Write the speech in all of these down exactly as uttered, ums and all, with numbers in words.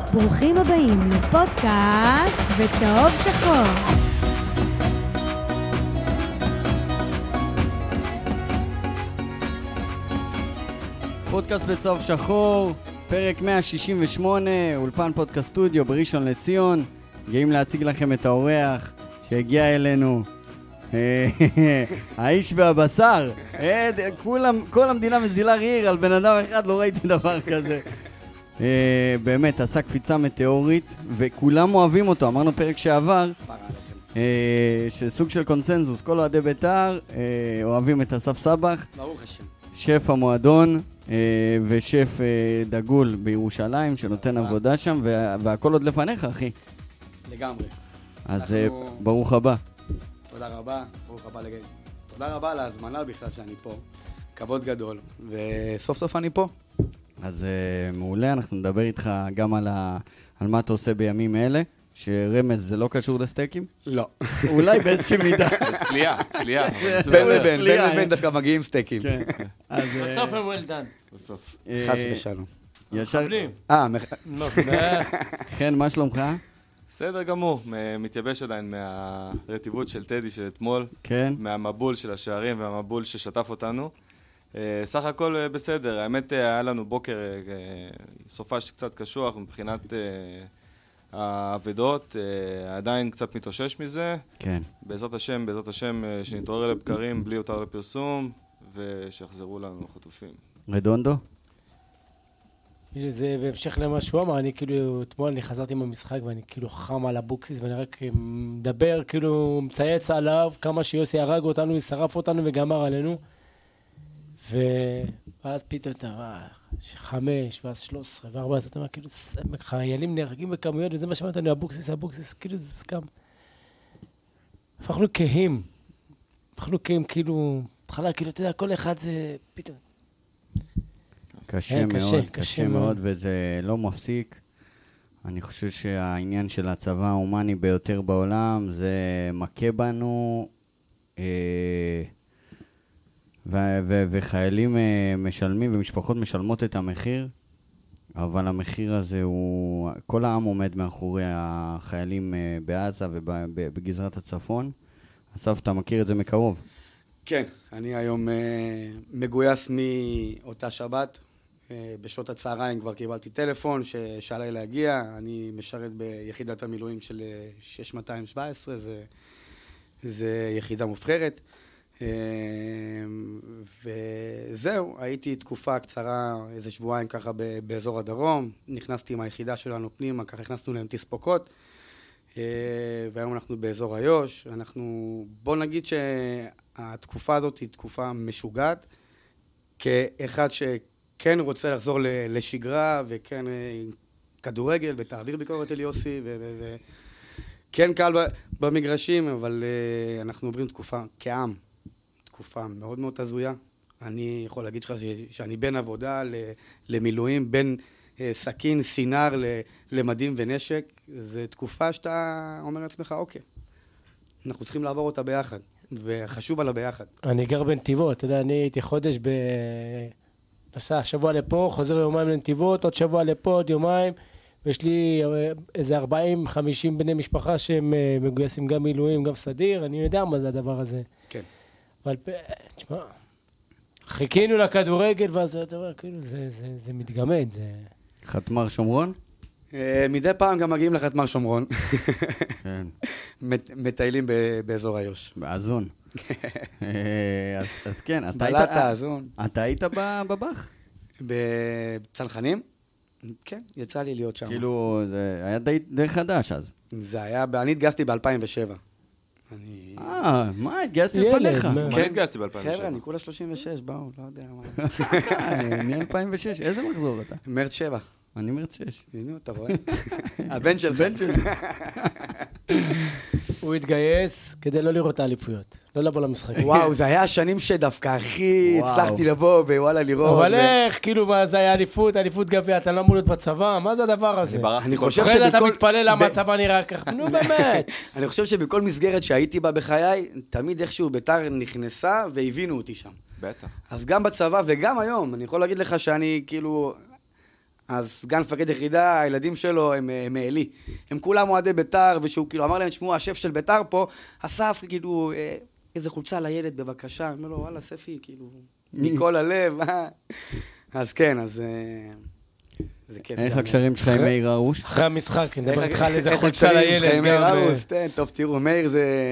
ברוכים הבאים לפודקאסט בצהוב שחור. פודקאסט בצהוב שחור, פרק מאה שישים ושמונה, אולפן פודקאסט סטודיו בראשון לציון. גאים להציג לכם את האורח שהגיע אלינו, האיש והבשר. כולם, כל המדינה מזילה ריר על בן אדם אחד, לא ראיתי דבר כזה. באמת, עשה קפיצה מטאורית, וכולם אוהבים אותו. אמרנו פרק שעבר, שסוג של קונסנזוס, כל אוהדי בית"ר אוהבים את אסף סבח. ברוך השם. שף המועדון ושף דגול בירושלים, שנותן עבודה שם, והכל עוד לפניך, אחי. לגמרי. אז ברוך הבא. תודה רבה, ברוך הבא לגמרי. תודה רבה על ההזמנה בכלל שאני פה. כבוד גדול, וסוף סוף אני פה. אז מעולה, אנחנו נדבר איתך גם על מה אתה עושה בימים אלה, שרמז זה לא קשור לסטייקים? לא. אולי באיזושהי מידה. צלייה, צלייה. בין לבין, בין לבין דווקא מגיעים סטייקים. בסוף הם well done. בסוף. חס ושלום. ישר... אה, חן, מה שלומך? בסדר גמור, מתייבש עדיין מהרטיבות של טדי של אתמול, כן. מהמבול של השערים והמבול ששטף אותנו. סך הכל בסדר, האמת היה לנו בוקר סופש קצת קשוח מבחינת העבדות, עדיין קצת מתאושש מזה. כן. בעזרת השם, בעזרת השם שנתעורר לבקרים בלי יותר לפרסום, ושיחזרו לנו חטופים. רדונדו? זה בהמשך למה שהוא אמר, אני כאילו, אתמול אני חזרתי מהמשחק ואני כאילו חם על הבוקסיס ואני רק מדבר, כאילו מצייץ עליו כמה שיוסי הרג אותנו, שרף אותנו וגמר עלינו. ואז פתאום אתה, חמש, ואז שלוש עשרה, וארבע עשרה, אתה אומר, כאילו, חיילים נהרגים בכמויות, וזה מה שאמרת לנו, הבוקסיס, הבוקסיס, כאילו זה סכם. הפכנו כהים. הפכנו כהים, כאילו, התחלה, כאילו, אתה יודע, כל אחד זה פתאום. קשה מאוד, קשה מאוד, וזה לא מפסיק. אני חושב שהעניין של הצבא ההומני ביותר בעולם, זה מכה בנו, וחיילים משלמים ומשפחות משלמות את המחיר, אבל המחיר הזה הוא, כל העם עומד מאחורי החיילים בעזה ובגזרת הצפון. אסף, אתה מכיר את זה מקרוב? כן, אני היום מגויס מאותה שבת. בשעות הצהריים כבר קיבלתי טלפון ששאלה לי להגיע. אני משרת ביחידת המילואים של שש מאתיים שבע עשרה, זה, זה יחידה מובחרת. וזהו, הייתי תקופה קצרה, איזה שבועיים ככה באזור הדרום, נכנסתי עם היחידה שלנו פנימה, ככה הכנסנו להם תספוקות, והיום אנחנו באזור איו"ש. אנחנו, בוא נגיד שהתקופה הזאת היא תקופה משוגעת, כאחד שכן רוצה לחזור לשגרה, וכן כדורגל, ותעביר ביקורת אל יוסי, וכן קל במגרשים, אבל אנחנו עוברים תקופה כעם. תקופה מאוד מאוד תזויה. אני יכול להגיד לך שאני בין עבודה למילואים, בין סכין, סינר, למדים ונשק. זו תקופה שאתה אומר לעצמך, אוקיי, אנחנו צריכים לעבור אותה ביחד, וחשוב עלה ביחד. אני גר בנתיבות, אתה יודע, אני הייתי חודש ב... נוסע שבוע לפה, חוזר יומיים לנתיבות, עוד שבוע לפה, עוד יומיים, ויש לי איזה ארבעים חמישים בני משפחה שהם מגויסים גם מילואים, גם סדיר, אני יודע מה זה הדבר הזה. כן. אבל, תשמע, חיכינו לכדורגל, ואז אתה אומר, כאילו, זה, זה, זה מתגמד, זה... חתמר שומרון? מדי פעם גם מגיעים לחתמר שומרון. כן. מטיילים באזור איו"ש. באזון. אז כן, בלטה, אזון. אתה היית בבח? בצנחנים? כן, יצא לי להיות שם. כאילו, זה היה די חדש אז. זה היה, אני התגייסתי ב-אלפיים ושבע. אה, מה, התגייסתי לפניך? כן, התגייסתי ב-אלפיים ושבע. חבר'ה, אני כולה שלושים ושש, באו, לא יודע מה. אני אלפיים ושש, איזה מחזור אתה? מרץ שבע. אני מרץ שש. הנה, אתה רואה? הבן של בן שלי. הוא התגייס כדי לא לראות האליפויות, לא לבוא למשחק. וואו, זה היה השנים שדווקא הכי הצלחתי לבוא ווואלה לראות. אבל איך, כאילו, מה זה היה אליפות, אליפות גביע, אתה לא אמור להיות בצבא, מה זה הדבר הזה? אני חושב שבכל... אתה מתפלל למה הצבא נראה ככה, נו באמת. אני חושב שבכל מסגרת שהייתי בה בחיי, תמיד איכשהו בית"ר נכנסה והבינו אותי שם. בטח. אז גם בצבא וגם היום, אני יכול להגיד לך שאני כאילו... אז סגן מפקד יחידה, הילדים שלו הם מעלי. הם כולם אוהדי ביתר, ושהוא כאילו אמר להם, שמעו, השף של ביתר פה, אסף, כאילו, איזה חולצה לילד, בבקשה. אני אומר לו, וואלה, ספי, כאילו, מכל הלב. אז כן, אז... זה כיף. איך הקשרים שלך עם מאיר הרוש? אחרי המשחק, נדבר איתך על איזה איך חולצה הקשרים שלך לילד. עם מאיר גם, הרוש? תן, טוב, תראו, מאיר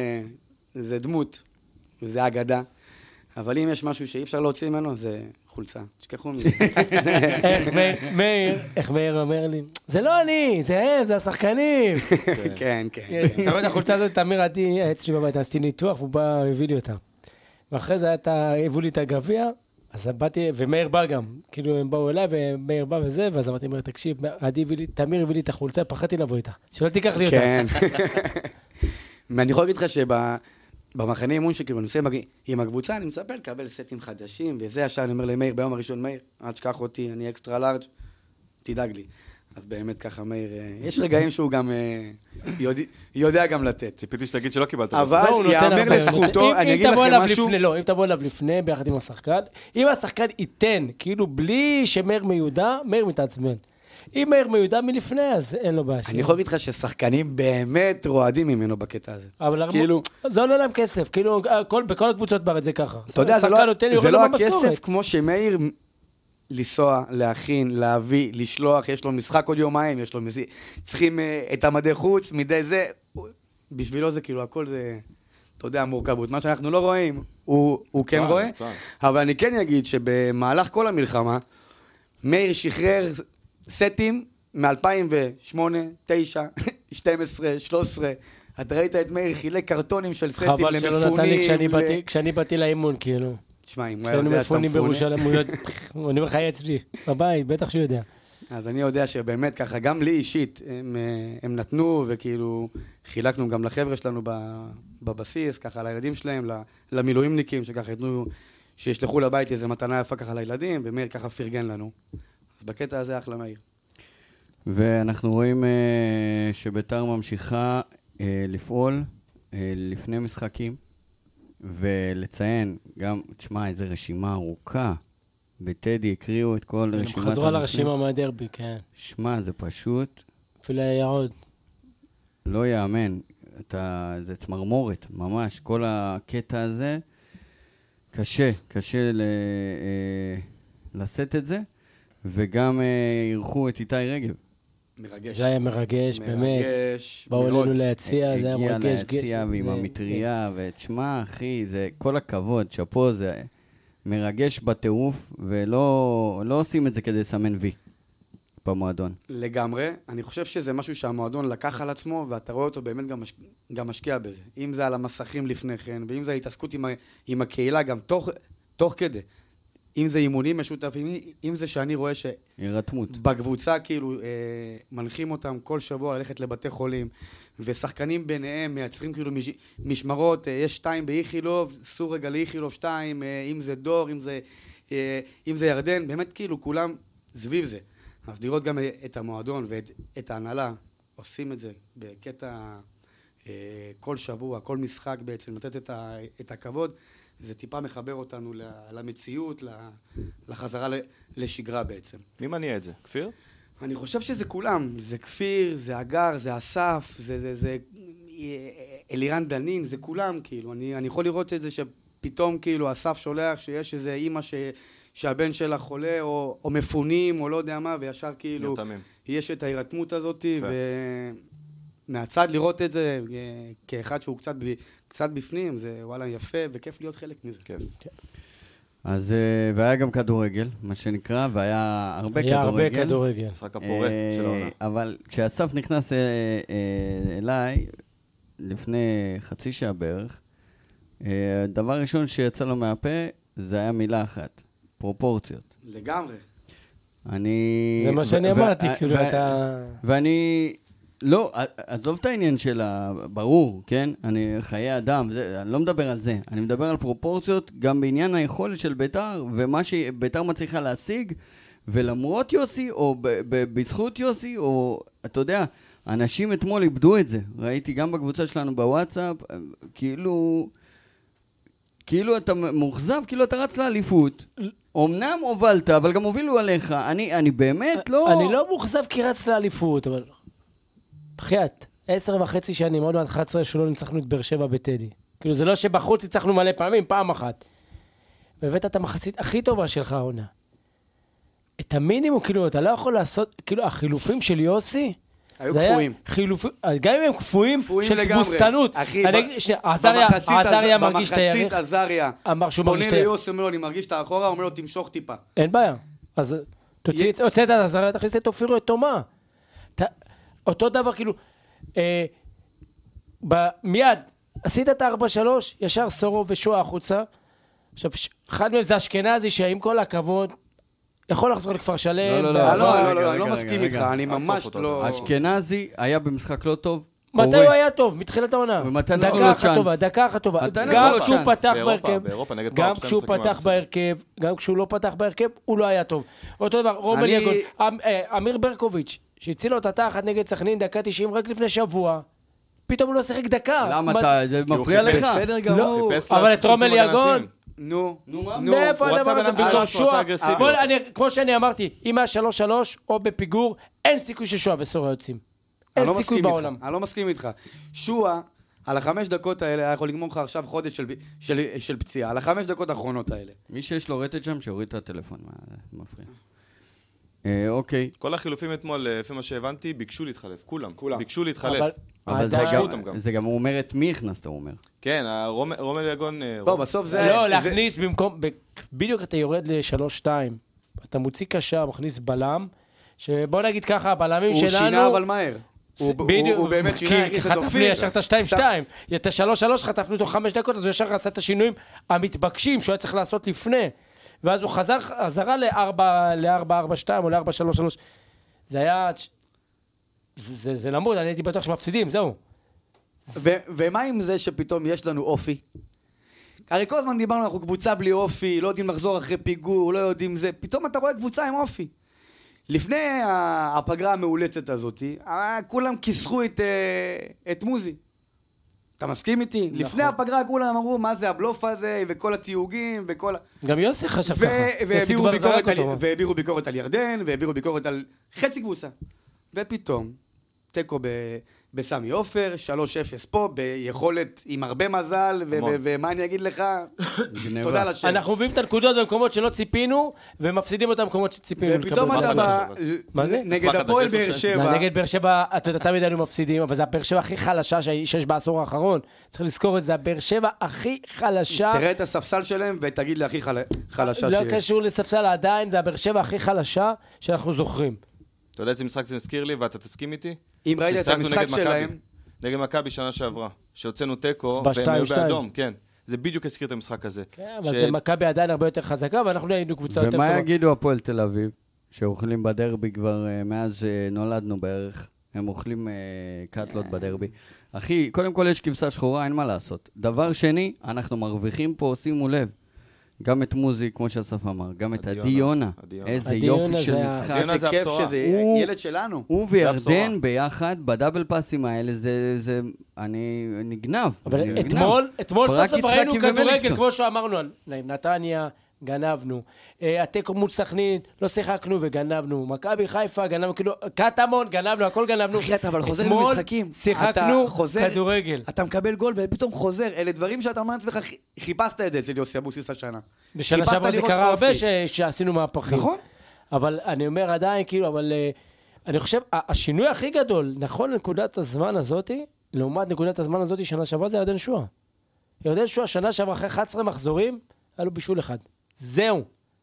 זה דמות, וזה אגדה. אבל אם יש משהו שאי אפשר להוציא ממנו, זה חולצה. תשכחו מזה. איך מאיר, איך מאיר אומר לי, זה לא אני, זה הם, זה השחקנים. כן, כן. אתה רואה את החולצה הזאת, תמיר עדי, אצלי בבית, עשיתי ניתוח, והוא בא, הביא לי אותה. ואחרי זה הביאו לי את הגביע, אז באתי, ומאיר בא גם, כאילו הם באו אליי, ומאיר בא וזה, ואז אמרתי, מאיר, תקשיב, עדי הביא לי, תמיר הביא לי את החולצה, פחדתי לבוא איתה. שלא תיקח לי אותה. כן. ואני יכול להגיד לך שבמחנה אימון שכאילו, אני עושה עם הקבוצה, אני מצפה לקבל סטים חדשים, וזה ישר אני אומר למאיר, ביום הראשון, מאיר, אל תשכח אותי, אני אקסטרה לארג', תדאג לי. אז באמת ככה, מאיר, יש רגעים שהוא גם יודע גם לתת. ציפיתי שתגיד שלא קיבלת. אבל יאמר לזכותו, אני אגיד לכם משהו... לא, אם תבוא אליו לפני, ביחד עם השחקן, אם השחקן ייתן, כאילו בלי שמאיר מיודע, מאיר מתעצבן. אם מאיר מיודע מלפני, אז אין לו בעיה. אני יכול להגיד לך ששחקנים באמת רועדים ממנו בקטע הזה. אבל זה עולה להם כסף, כאילו בכל הקבוצות בארץ זה ככה. אתה יודע, זה לא הכסף כמו שמאיר... לנסוע, להכין, להביא, לשלוח, יש לו משחק עוד יומיים, יש לו מזי... צריכים uh, את המדי חוץ, מדי זה, בשבילו זה כאילו, הכל זה, אתה יודע, מורכבות. מה שאנחנו לא רואים, הוא, הוא כן רואה, אבל אני כן אגיד שבמהלך כל המלחמה, מאיר שחרר סטים מ-אלפיים ושמונה, תשע, שתים עשרה, שלוש עשרה, אתה ראית את מאיר חילק קרטונים של סטים למפונים. חבל שלא נתן לי כשאני באתי, כשאני באתי לאימון, כאילו. תשמע, אם הוא יודע שאתה מפונה. כשאני מפונים בירושלים, הוא אומר חיי אצלי, בבית, בטח שהוא יודע. אז אני יודע שבאמת ככה, גם לי אישית, הם, הם נתנו, וכאילו חילקנו גם לחבר'ה שלנו בבסיס, ככה לילדים שלהם, למילואימניקים, שככה יתנו, שישלחו לבית איזו מתנה יפה ככה לילדים, ומאיר ככה פרגן לנו. אז בקטע הזה אחלה מאיר. ואנחנו רואים uh, שביתר ממשיכה uh, לפעול uh, לפני משחקים, ולציין גם, תשמע, איזו רשימה ארוכה. בטדי הקריאו את כל רשימת... חזרו על הרשימה מהדרבי, כן. שמע, זה פשוט... אפילו היה עוד. לא יאמן. אתה, זה צמרמורת, ממש. כל הקטע הזה, קשה, קשה ל, אה, לשאת את זה, וגם אה, אירחו את איתי רגב. מרגש. זה היה מרגש, מרגש באמת. באו אלינו להציע, זה היה מרגש. הגיע להציע ועם המטריה, ותשמע, אחי, זה כל הכבוד, שפו, זה מרגש בטירוף, ולא לא עושים את זה כדי לסמן וי במועדון. לגמרי. אני חושב שזה משהו שהמועדון לקח על עצמו, ואתה רואה אותו באמת גם, מש... גם משקיע בזה. אם זה על המסכים לפני כן, ואם זה ההתעסקות עם, ה... עם הקהילה, גם תוך, תוך כדי. אם זה אימונים משותפים, אם זה שאני רואה ש... ירתמות. בקבוצה כאילו אה, מנחים אותם כל שבוע ללכת לבתי חולים, ושחקנים ביניהם מייצרים כאילו מש... משמרות, אה, יש שתיים באיכילוב, סור רגע לאיכילוב שתיים, אה, אם זה דור, אם זה, אה, אם זה ירדן, באמת כאילו כולם סביב זה. אז לראות גם את המועדון ואת את ההנהלה, עושים את זה בקטע אה, כל שבוע, כל משחק בעצם, לתת את, ה... את הכבוד, זה טיפה מחבר אותנו למציאות, לחזרה לשגרה בעצם. מי מניע את זה? כפיר? אני חושב שזה כולם. זה כפיר, זה אגר, זה אסף, זה, זה, זה אלירן דנין, זה כולם כאילו. אני, אני יכול לראות את זה שפתאום כאילו אסף שולח שיש איזה אימא ש, שהבן שלה חולה או, או מפונים או לא יודע מה, וישר כאילו נרתמים. יש את ההירתמות הזאת, ומהצד לראות את זה כאחד שהוא קצת... ב, קצת בפנים, זה וואלה יפה וכיף להיות חלק מזה. כיף. אז, והיה גם כדורגל, מה שנקרא, והיה הרבה כדורגל. היה הרבה כדורגל. משחק הפורה של העונה. אבל כשאסף נכנס אליי, לפני חצי שעה בערך, דבר ראשון שיצא לו מהפה, זה היה מילה אחת, פרופורציות. לגמרי. אני... זה מה שאני אמרתי, כאילו אתה... ואני... לא, עזוב את העניין שלה, ברור, כן? אני חיי אדם, זה, אני לא מדבר על זה. אני מדבר על פרופורציות, גם בעניין היכולת של ביתר, ומה שביתר מצליחה להשיג, ולמרות יוסי, או ב- ב- בזכות יוסי, או, אתה יודע, אנשים אתמול איבדו את זה. ראיתי גם בקבוצה שלנו בוואטסאפ, כאילו, כאילו אתה מוחזב, כאילו אתה רץ לאליפות, אמנם הובלת, אבל גם הובילו עליך. אני, אני באמת לא... אני לא מוחזב כי רץ לאליפות, אבל... בחייאת, עשר וחצי שנים, עוד מעט אחת עשרה שלא ניצחנו את באר שבע בטדי. כאילו, זה לא שבחוץ ניצחנו מלא פעמים, פעם אחת. והבאת את המחצית הכי טובה שלך, העונה. את המינימום, כאילו, אתה לא יכול לעשות... כאילו, החילופים של יוסי... היו קפואים. חילופים... גם אם הם קפואים של תבוסתנות. אחי, עזריה מרגיש את הירך. במחצית עזריה. אמר שהוא מרגיש את הירך. פונה ליוסי, אומר לו, אני מרגיש את האחורה, אומר לו, תמשוך טיפה. אין בעיה. אז תוציא את עזריה, תכניס את אופירו את תומה. אותו דבר, כאילו... מיד, עשית את ה-ארבע שלוש, ישר סורו ושועה החוצה. עכשיו, אחד מהם זה אשכנזי, שעם כל הכבוד, יכול לחזור לכפר שלם. לא, לא, לא, לא, לא, אני לא מסכים איתך, אני ממש לא... אשכנזי היה במשחק לא טוב. מתי הוא היה טוב? מתחילת העונה. ומתי נתנו לו צ'אנס? דקה אחת טובה. גם כשהוא פתח בהרכב, גם כשהוא פתח בהרכב, גם כשהוא לא פתח בהרכב, הוא לא היה טוב. אותו דבר, רומל יגון, אמיר ברקוביץ', שהציל לו את התחת נגד סכנין, דקה תשעים רק לפני שבוע. פתאום הוא לא שיחק דקה. למה אתה, זה מפריע לך? בסדר גמור. אבל את רומל יגון... נו, נו, מאיפה הדבר הזה פתאום שועה? כמו שאני אמרתי, אם היה שלוש שלוש או בפיגור, אין סיכוי ששועה וסורה יוצאים. אין סיכוי בעולם. אני לא מסכים איתך. שועה, על החמש דקות האלה, היה יכול לגמור לך עכשיו חודש של פציעה, על החמש דקות האחרונות האלה. מי שיש לו רטט שם, שיוריד את הטלפון, מפריע. אוקיי. כל החילופים אתמול, לפי מה שהבנתי, ביקשו להתחלף, כולם. ביקשו להתחלף. אבל זה גם אומר את מי הכנסת, הוא אומר. כן, רומל יגון... לא, בסוף זה... לא, להכניס במקום... בדיוק אתה יורד ל-שלוש שתיים. אתה מוציא קשה, מכניס בלם, שבוא נגיד ככה, הבלמים שלנו... הוא שינה אבל מהר. הוא באמת שינה, הכניס את אופיר. חטפנו ישר את ה-שתיים שתיים. את ה-שלוש שלוש חטפנו אותו חמש דקות, אז הוא ישר עשה את השינויים המתבקשים שהוא היה צריך לעשות לפני. ואז הוא חזר, חזרה ל-ארבע ארבע שתיים או ל-ארבע שלוש שלוש. זה היה... זה, זה למוד, אני הייתי בטוח שמפסידים, זהו. ו- ומה עם זה שפתאום יש לנו אופי? הרי כל הזמן דיברנו, אנחנו קבוצה בלי אופי, לא יודעים לחזור אחרי פיגור, לא יודעים זה, פתאום אתה רואה קבוצה עם אופי. לפני הפגרה המאולצת הזאת, כולם כיסחו את, את מוזי. אתה מסכים איתי? נכון. לפני הפגרה כולם אמרו, מה זה הבלוף הזה, וכל התיוגים, וכל... גם יוסי חשב ו- ככה. והעבירו ביקורת, על... והעבירו ביקורת על ירדן, והעבירו ביקורת על חצי קבוצה. ופתאום, תיקו ב... בסמי אופר, שלוש אפס פה, ביכולת עם הרבה מזל, ו- ו- ומה אני אגיד לך? תודה לשם. אנחנו מביאים את הנקודות במקומות שלא ציפינו, ומפסידים אותם במקומות שציפינו. ופתאום אתה בא, נגד הפועל באר שבע. נגד באר שבע, אתה יודע, תמיד היינו מפסידים, אבל זה הבאר שבע הכי חלשה שיש בעשור האחרון. צריך לזכור את זה, הבאר שבע הכי חלשה. תראה את הספסל שלהם, ותגיד לי הכי חלשה שיש. לא קשור לספסל עדיין, זה הבאר שבע הכי חלשה שאנחנו זוכרים. אתה יודע איזה משחק זה מזכיר לי, ואתה תסכים איתי? אם ראית את המשחק שלהם... נגד מכבי שנה שעברה, שהוצאנו טקו, והם היו באדום, כן. זה בדיוק הזכיר את המשחק הזה. כן, אבל זה מכבי עדיין הרבה יותר חזקה, ואנחנו היינו קבוצה יותר טובה. ומה יגידו הפועל תל אביב, שאוכלים בדרבי כבר מאז שנולדנו בערך, הם אוכלים קטלות בדרבי. אחי, קודם כל יש כבשה שחורה, אין מה לעשות. דבר שני, אנחנו מרוויחים פה, שימו לב. גם את מוזי, כמו שאסף אמר, גם את הדיונה. איזה יופי של משחק. איזה כיף שזה ילד שלנו. הוא וירדן ביחד, בדאבל פאסים האלה, זה... אני נגנב. אבל אתמול, אתמול סוף סוף ראינו כדורגל, כמו שאמרנו, נתניה, גנבנו. התיקו מול סכנין, לא שיחקנו וגנבנו. מכבי חיפה, גנבנו, כאילו, קטמון, גנבנו, הכל גנבנו. אחי, אתה אבל חוזר למשחקים. שיחקנו כדורגל. אתה מקבל גול ופתאום חוזר. אלה דברים שאתה אומר לעצמך, חיפשת את זה אצל יוסי אבוסיס השנה. בשנה שעברה זה קרה הרבה שעשינו מהפכים. נכון. אבל אני אומר עדיין, כאילו, אבל אני חושב, השינוי הכי גדול, נכון לנקודת הזמן הזאת, לעומת נקודת הזמן הזאת, שנה שעברה זה ירדן שועה. ירדן שועה, שנה שעברה אחרי אחת עשרה מחזורים, היה לו בישול אחד. זהו.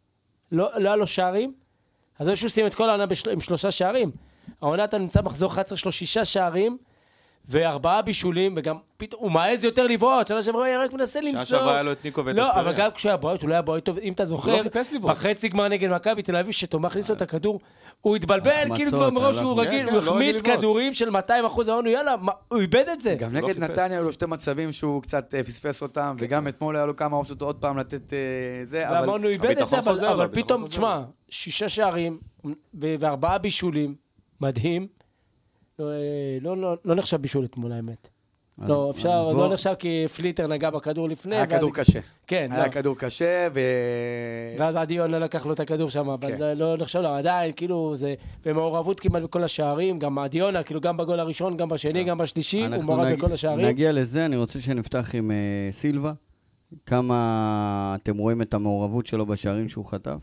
לא, לא היה לו שערים, אז הוא שים את כל העונה בשל... עם שלושה שערים. העונה אתה נמצא מחזור אחת עשרה, שלושה שישה שערים, וארבעה בישולים, וגם פתאום, הוא מעז יותר לבעוט, שנה שעברה היה רק מנסה למצוא. שנה שעברה היה לו את ניקו ואת לא, אספריה. אבל גם כשהוא היה בעוט, הוא לא היה בעוט טוב, אם אתה זוכר, בחצי גמר נגד מכבי תל אביב, שתומך הכניס לו את הכדור, הוא התבלבל, כאילו כבר מראש שהוא רגיל, הוא החמיץ כדורים של מאתיים אחוז, אמרנו, יאללה, הוא איבד את זה. גם נגד נתניה היו לו שתי מצבים שהוא קצת פספס אותם, וגם אתמול היה לו כמה אופציות עוד פעם לתת זה, ואמרנו, הוא איבד את זה, אבל פתאום, תשמע, שישה שערים וארבעה בישולים, מדהים. לא, לא, לא נחשב בישול אתמול, האמת. לא, אפשר, לא נחשב כי פליטר נגע בכדור לפני. היה כדור קשה. כן. היה כדור קשה, ו... ואז עדיון לקח לו את הכדור שם, אבל לא נחשב לו, עדיין, כאילו, זה במעורבות כמעט בכל השערים, גם עדיונה, כאילו, גם בגול הראשון, גם בשני, גם בשלישי, הוא מעורב בכל השערים. נגיע לזה, אני רוצה שנפתח עם סילבה. כמה אתם רואים את המעורבות שלו בשערים שהוא חטף?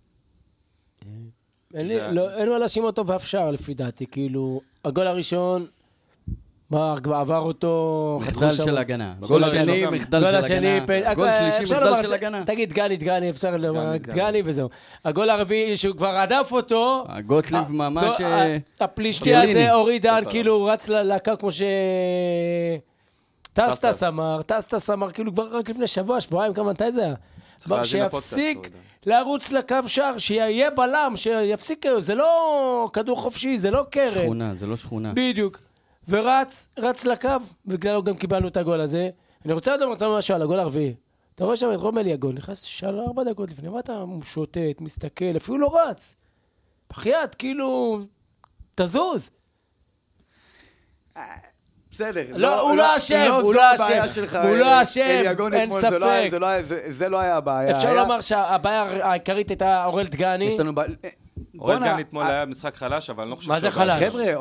אין מה להאשים אותו באף שער, לפי דעתי, כאילו, הגול הראשון, מה, עבר אותו... מחדל של הגנה. גול שני, מחדל של הגנה. גול שלישי, מחדל של הגנה. תגיד, גני, דגני, אפשר לומר, דגני וזהו. הגול הרביעי, שהוא כבר עדף אותו... גוטליב ממש... הפלישתי הזה, אורידן, כאילו, הוא רץ לקו כמו ש... טסטס אמר, טסטס אמר, כאילו, כבר רק לפני שבוע, שבועיים, כמה מתי זה היה? שיפסיק לרוץ לקו שער, שיהיה בלם, שיפסיק, זה לא כדור חופשי, זה לא קרן. שכונה, זה לא שכונה. בדיוק. ורץ, רץ לקו, בגללו גם קיבלנו את הגול הזה. אני רוצה לדעת מצב משהו על הגול הרביעי. אתה רואה שם את רומלי הגול, נכנס שעל ארבע דקות לפני, מה אתה שוטט, מסתכל, אפילו לא רץ. בחייאת, כאילו, תזוז. בסדר. לא, הוא לא אשם, הוא לא אשם, הוא לא אשם, אין ספק. זה לא היה הבעיה. אפשר לומר שהבעיה העיקרית הייתה אורל דגני. יש לנו... אורל דגני אתמול היה משחק חלש, אבל אני לא חושב... מה זה חלש? חבר'ה,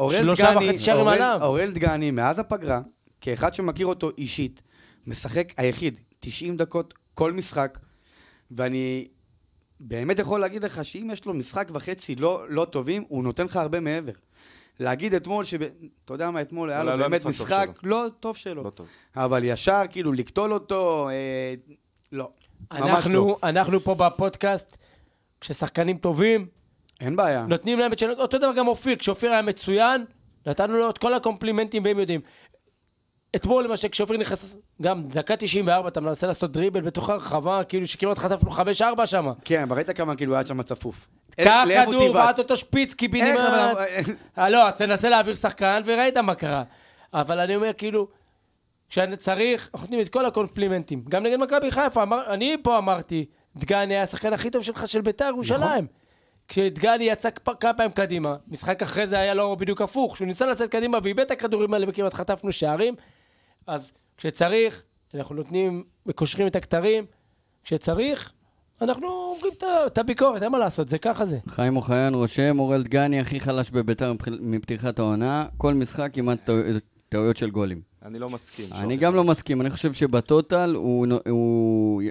אורל דגני, מאז הפגרה, כאחד שמכיר אותו אישית, משחק היחיד, תשעים דקות, כל משחק, ואני באמת יכול להגיד לך שאם יש לו משחק וחצי לא טובים, הוא נותן לך הרבה מעבר. להגיד אתמול, אתה יודע מה אתמול, היה לו באמת משחק לא טוב שלו. אבל ישר, כאילו, לקטול אותו, לא, ממש לא. אנחנו פה בפודקאסט, כששחקנים טובים, אין בעיה. נותנים להם את שלנו, אותו דבר גם אופיר, כשאופיר היה מצוין, נתנו לו את כל הקומפלימנטים והם יודעים. אתמול למשל, כשאופיר נכנס, גם דקה תשעים וארבע, אתה מנסה לעשות דריבל בתוך הרחבה, כאילו שכמעט חטפנו חמש ארבע שם. כן, ראית כמה כאילו היה שם צפוף. קח כדור, ועט אותו שפיץ, קיבינימט. לא, אז תנסה להעביר שחקן, וראית מה קרה. אבל אני אומר, כאילו, כשאני צריך, אנחנו נותנים את כל הקומפלימנטים. גם נגד מכבי חיפה, אני פה אמרתי, דגני היה השחקן הכי טוב שלך של בית"ר ירושלים. כשדגני יצא כמה פעמים קדימה, משחק אחרי זה היה לא בדיוק הפוך, שהוא ניסה לצאת קדימה ואיבד את הכדורים האלה וכמעט חטפנו שערים, אז כשצריך, אנחנו נותנים, מקושרים את הכתרים, כשצריך, אנחנו אומרים את הביקורת, אין מה לעשות, זה ככה זה. חיים אוחיון רושם, אורל דגני הכי חלש בבית"ר מפתיחת העונה, כל משחק כמעט טעויות של גולים. אני לא מסכים. אני גם לא מסכים, אני חושב שבטוטל הוא...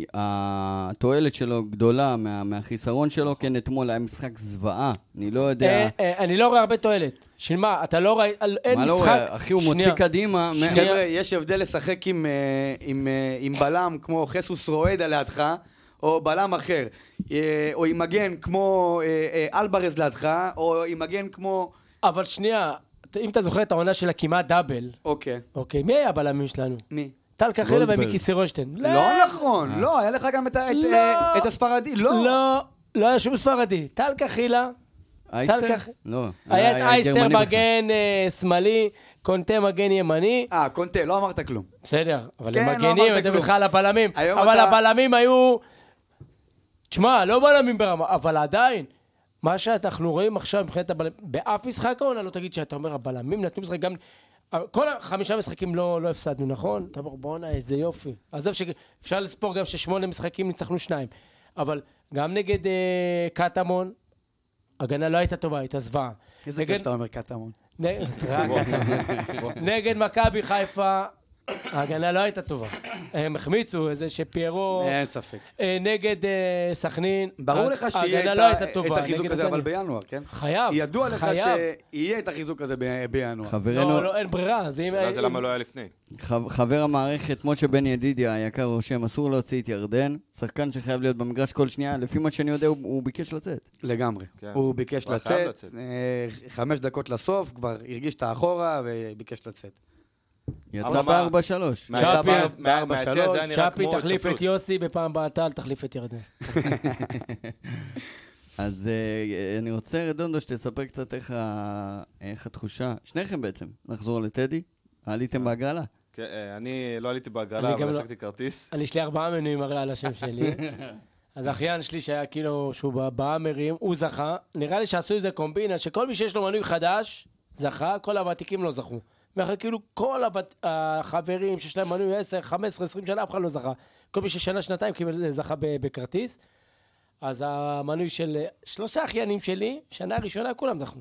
התועלת שלו גדולה מה, מהחיסרון שלו, כן, אתמול היה משחק זוועה, אני לא יודע... אני לא רואה הרבה תועלת. של מה, אתה לא רואה, אין משחק... מה לא רואה? אחי, הוא מוציא קדימה... חבר'ה, יש הבדל לשחק עם בלם כמו חסוס רועד על לידך, או בלם אחר, או עם מגן כמו אלברז לידך, או עם מגן כמו... אבל שנייה, אם אתה זוכר את העונה של הכמעט דאבל... אוקיי. אוקיי, מי היה הבלמים שלנו? מי? טל כחילה ומיקי סירושטיין. לא נכון, לא, היה לך גם את הספרדי, לא. לא, לא היה שום ספרדי. טל כחילה. אייסטר? לא. היה את אייסטר מגן שמאלי, קונטה מגן ימני. אה, קונטה, לא אמרת כלום. בסדר, אבל הם מגנים, אתם בכלל הבלמים. אבל הבלמים היו... תשמע, לא בלמים ברמה, אבל עדיין, מה שאנחנו רואים עכשיו מבחינת הבלמים, באף משחק העונה, לא תגיד שאתה אומר, הבלמים נתנו משחק גם... כל החמישה משחקים לא, לא הפסדנו, נכון? אתה אומר, בוא'נה, איזה יופי. עזוב שאפשר לספור גם ששמונה משחקים ניצחנו שניים. אבל גם נגד אה, קטמון, הגנה לא הייתה טובה, הייתה זוועה. איזה כיף שאתה אומר קטמון. נגד מכבי חיפה, ההגנה לא הייתה טובה. הם החמיצו איזה שפיירו... אין ספק. נגד סכנין, ברור לך שיהיה את החיזוק הזה, אבל בינואר, כן? חייב. ידוע לך שיהיה את החיזוק הזה בינואר. חברנו... לא, אין ברירה. שאלה זה למה לא היה לפני. חבר המערכת, משה בן ידידיה, היקר רושם, אסור להוציא את ירדן. שחקן שחייב להיות במגרש כל שנייה, לפי מה שאני יודע, הוא ביקש לצאת. לגמרי. הוא ביקש לצאת. חמש דקות לסוף, כבר הרגיש את האחורה וביקש לצאת. יצא ב-ארבע שלוש. שפי תחליף את יוסי, בפעם הבאה טל תחליף את ירדן. אז אני רוצה, רדונדו, שתספר קצת איך התחושה, שניכם בעצם, נחזור לטדי, עליתם בהגרלה. אני לא עליתי בהגרלה, אבל עסקתי כרטיס. אני יש לי ארבעה מנויים הרי על השם שלי. אז אחיין שלי שהיה כאילו, שהוא באמרים, הוא זכה. נראה לי שעשו איזה קומבינה, שכל מי שיש לו מנוי חדש, זכה, כל הוותיקים לא זכו. מאחר כאילו כל הבת, החברים שיש להם מנוי עשר, חמש עשרה, עשרים שנה, אף אחד לא זכה. כל מי ששנה, שנתיים קיבל זכה בכרטיס. אז המנוי של שלושה אחיינים שלי, שנה ראשונה כולם זכו.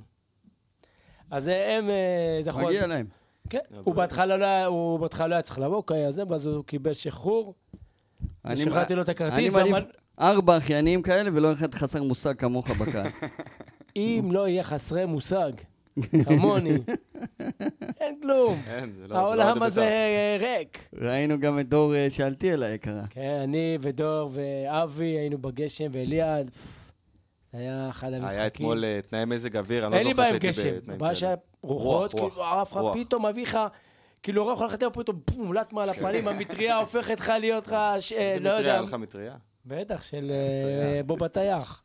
אז הם זכו. מגיע להם. כן, הוא בהתחלה לא היה צריך לבוא, אז הוא קיבל שחרור. ושחררתי לו את הכרטיס. אני מעדיף ארבע אחיינים כאלה ולא אחד חסר מושג כמוך בקהל. אם לא יהיה חסרי מושג, כמוני, אין כלום. העולם הזה ריק. ראינו גם את דור שאלתי אל היקרה. כן, אני ודור ואבי היינו בגשם ואליעד. היה אחד המשחקים. היה אתמול תנאי מזג אוויר, אני לא זוכר שהייתי בתנאים כאלה. הבעיה שהיה רוחות, כאילו אף אחד פתאום אביך, כאילו רוח הולכת לו פתאום בום, לטמה על הפנים, המטריה הופכת לך להיות לך, לא יודע. איזה מטריה, היה לך מטריה? בטח, של בוב התיח.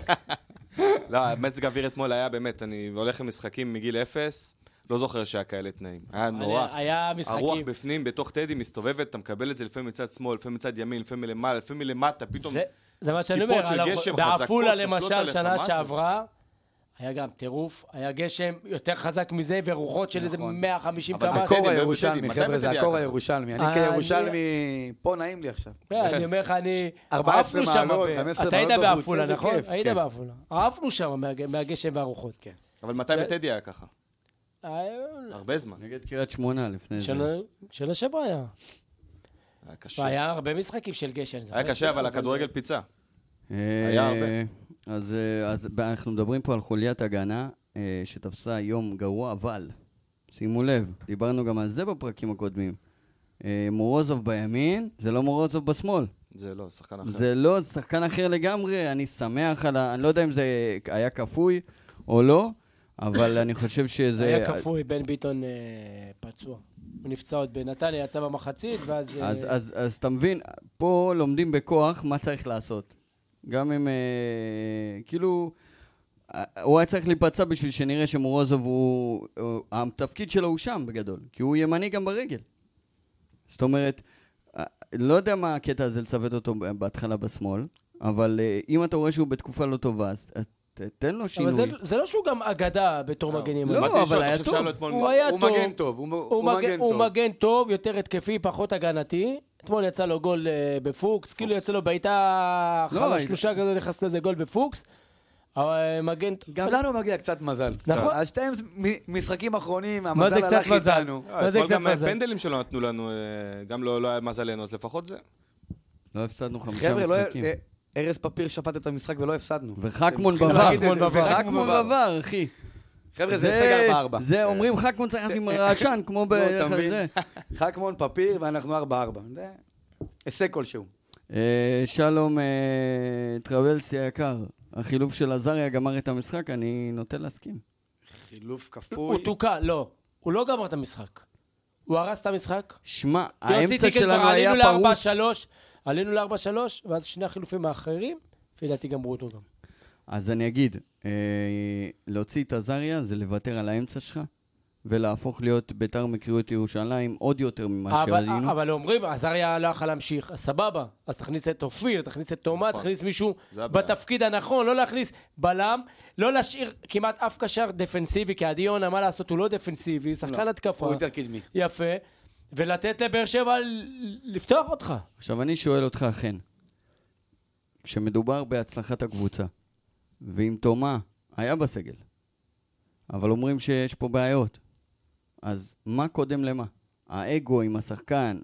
לא, מזג האוויר אתמול היה באמת, אני הולך למשחקים מגיל אפס, לא זוכר שהיה כאלה תנאים. היה נורא. היה משחקים. הרוח בפנים, בתוך טדי, מסתובבת, אתה מקבל את זה לפעמים מצד שמאל, לפעמים מצד ימין, לפעמים מלמעלה, לפעמים מלמטה, פתאום זה מה שאני אומר, בעפולה למשל שנה שעברה, היה גם טירוף, היה גשם יותר חזק מזה, ורוחות של איזה מאה וחמישים קמ"ש. הקור הירושלמי, חבר'ה, זה הקור הירושלמי. אני כירושלמי, פה נעים לי עכשיו. אני אומר לך, אני... ארבע עשרה מעלות, חמש עשרה מעלות. אתה היית בעפולה, נכון? היית בעפולה. עפנו שם מהגשם והרוחות. אבל מתי בטדי היה ככה? הרבה זמן. נגד קריית שמונה לפני זה. שנה שעברה היה. היה קשה. היה הרבה משחקים של גשם. היה קשה, אבל הכדורגל פיצה. היה הרבה. אז, אז אנחנו מדברים פה על חוליית הגנה, שתפסה יום גרוע, אבל שימו לב, דיברנו גם על זה בפרקים הקודמים. מורוזוב בימין, זה לא מורוזוב בשמאל. זה לא, שחקן אחר. זה לא, שחקן אחר לגמרי, אני שמח על ה... אני לא יודע אם זה היה כפוי או לא, אבל אני חושב שזה... היה כפוי, בן ביטון אה, פצוע. הוא נפצע עוד בנתניה, יצא במחצית, ואז... אז, אז, אז, אז אתה מבין, פה לומדים בכוח מה צריך לעשות. גם אם, אה, כאילו, אה, הוא היה צריך להיפצע בשביל שנראה שמורוזוב הוא... הוא התפקיד שלו הוא שם בגדול, כי הוא ימני גם ברגל. זאת אומרת, אה, לא יודע מה הקטע הזה לצוות אותו בהתחלה בשמאל, אבל אה, אם אתה רואה שהוא בתקופה לא טובה, אז... תן לו שינוי. אבל זה, זה לא שהוא גם אגדה בתור מגנים. לא, אבל היה טוב. הוא היה טוב. הוא מגן טוב. הוא מגן טוב. הוא מגן טוב, יותר התקפי, פחות הגנתי. אתמול יצא לו גול בפוקס, כאילו יצא לו בעיטה שלושה כזאת, נכנס לו איזה גול בפוקס. מגן... גם לנו מגיע קצת מזל. נכון. אז שתיים משחקים אחרונים, המזל הלך איתנו. אתמול גם פנדלים שלא נתנו לנו, גם לא היה מזלנו, אז לפחות זה. לא הפסדנו חמישה משחקים. ארז פפיר שפט את המשחק ולא הפסדנו. וחכמון בבר. וחכמון בבר, אחי. חבר'ה, זה הישג ארבע ארבע. זה אומרים חכמון צריך עם רעשן, כמו זה. חכמון, פפיר, ואנחנו ארבע ארבע. זה הישג כלשהו. שלום טרבלסי היקר. החילוף של עזריה גמר את המשחק, אני נוטה להסכים. חילוף כפוי. הוא תוקע, לא. הוא לא גמר את המשחק. הוא הרס את המשחק. שמע, האמצע שלנו היה פרוץ. עלינו ל-ארבע שלוש, ואז שני החילופים האחרים, לפי דעתי גמרו אותו גם. אז אני אגיד, אה, להוציא את עזריה זה לוותר על האמצע שלך, ולהפוך להיות בית"ר מקריית ירושלים עוד יותר ממה שעלינו. אבל אומרים, עזריה לא יכול להמשיך, אז סבבה, אז תכניס את אופיר, תכניס את תומה, תכניס מישהו בתפקיד הנכון, לא להכניס בלם, לא להשאיר כמעט אף קשר דפנסיבי, כי עדיון, מה לעשות, הוא לא דפנסיבי, שחקן התקפה. הוא יותר קדמי. יפה. ולתת לבאר שבע לפתוח אותך. עכשיו אני שואל אותך, אכן, כשמדובר בהצלחת הקבוצה, ועם תומה היה בסגל, אבל אומרים שיש פה בעיות, אז מה קודם למה? האגו עם השחקן,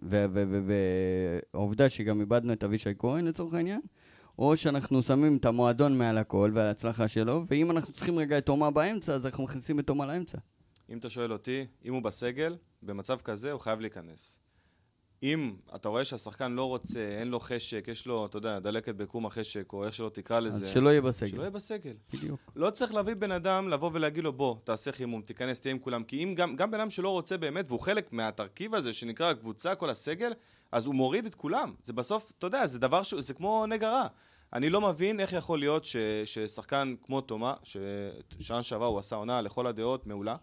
והעובדה שגם איבדנו את אבישי כהן לצורך העניין, או שאנחנו שמים את המועדון מעל הכל וההצלחה שלו, ואם אנחנו צריכים רגע את תומה באמצע, אז אנחנו מכניסים את תומה לאמצע. אם אתה שואל אותי, אם הוא בסגל, במצב כזה הוא חייב להיכנס. אם אתה רואה שהשחקן לא רוצה, אין לו חשק, יש לו, אתה יודע, דלקת בקום החשק, או איך שלא תקרא לזה. אז שלא יהיה בסגל. שלא יהיה בסגל. בדיוק. לא צריך להביא בן אדם, לבוא ולהגיד לו, בוא, תעשה חימום, תיכנס, תהיה עם כולם. כי אם גם, גם בן אדם שלא רוצה באמת, והוא חלק מהתרכיב הזה, שנקרא הקבוצה, כל הסגל, אז הוא מוריד את כולם. זה בסוף, אתה יודע, זה דבר ש... זה כמו נגרה. אני לא מבין איך יכול להיות ש... ששחקן כמו תומה, ששנה שעברה הוא עשה עונה לכל הדעות מעולה.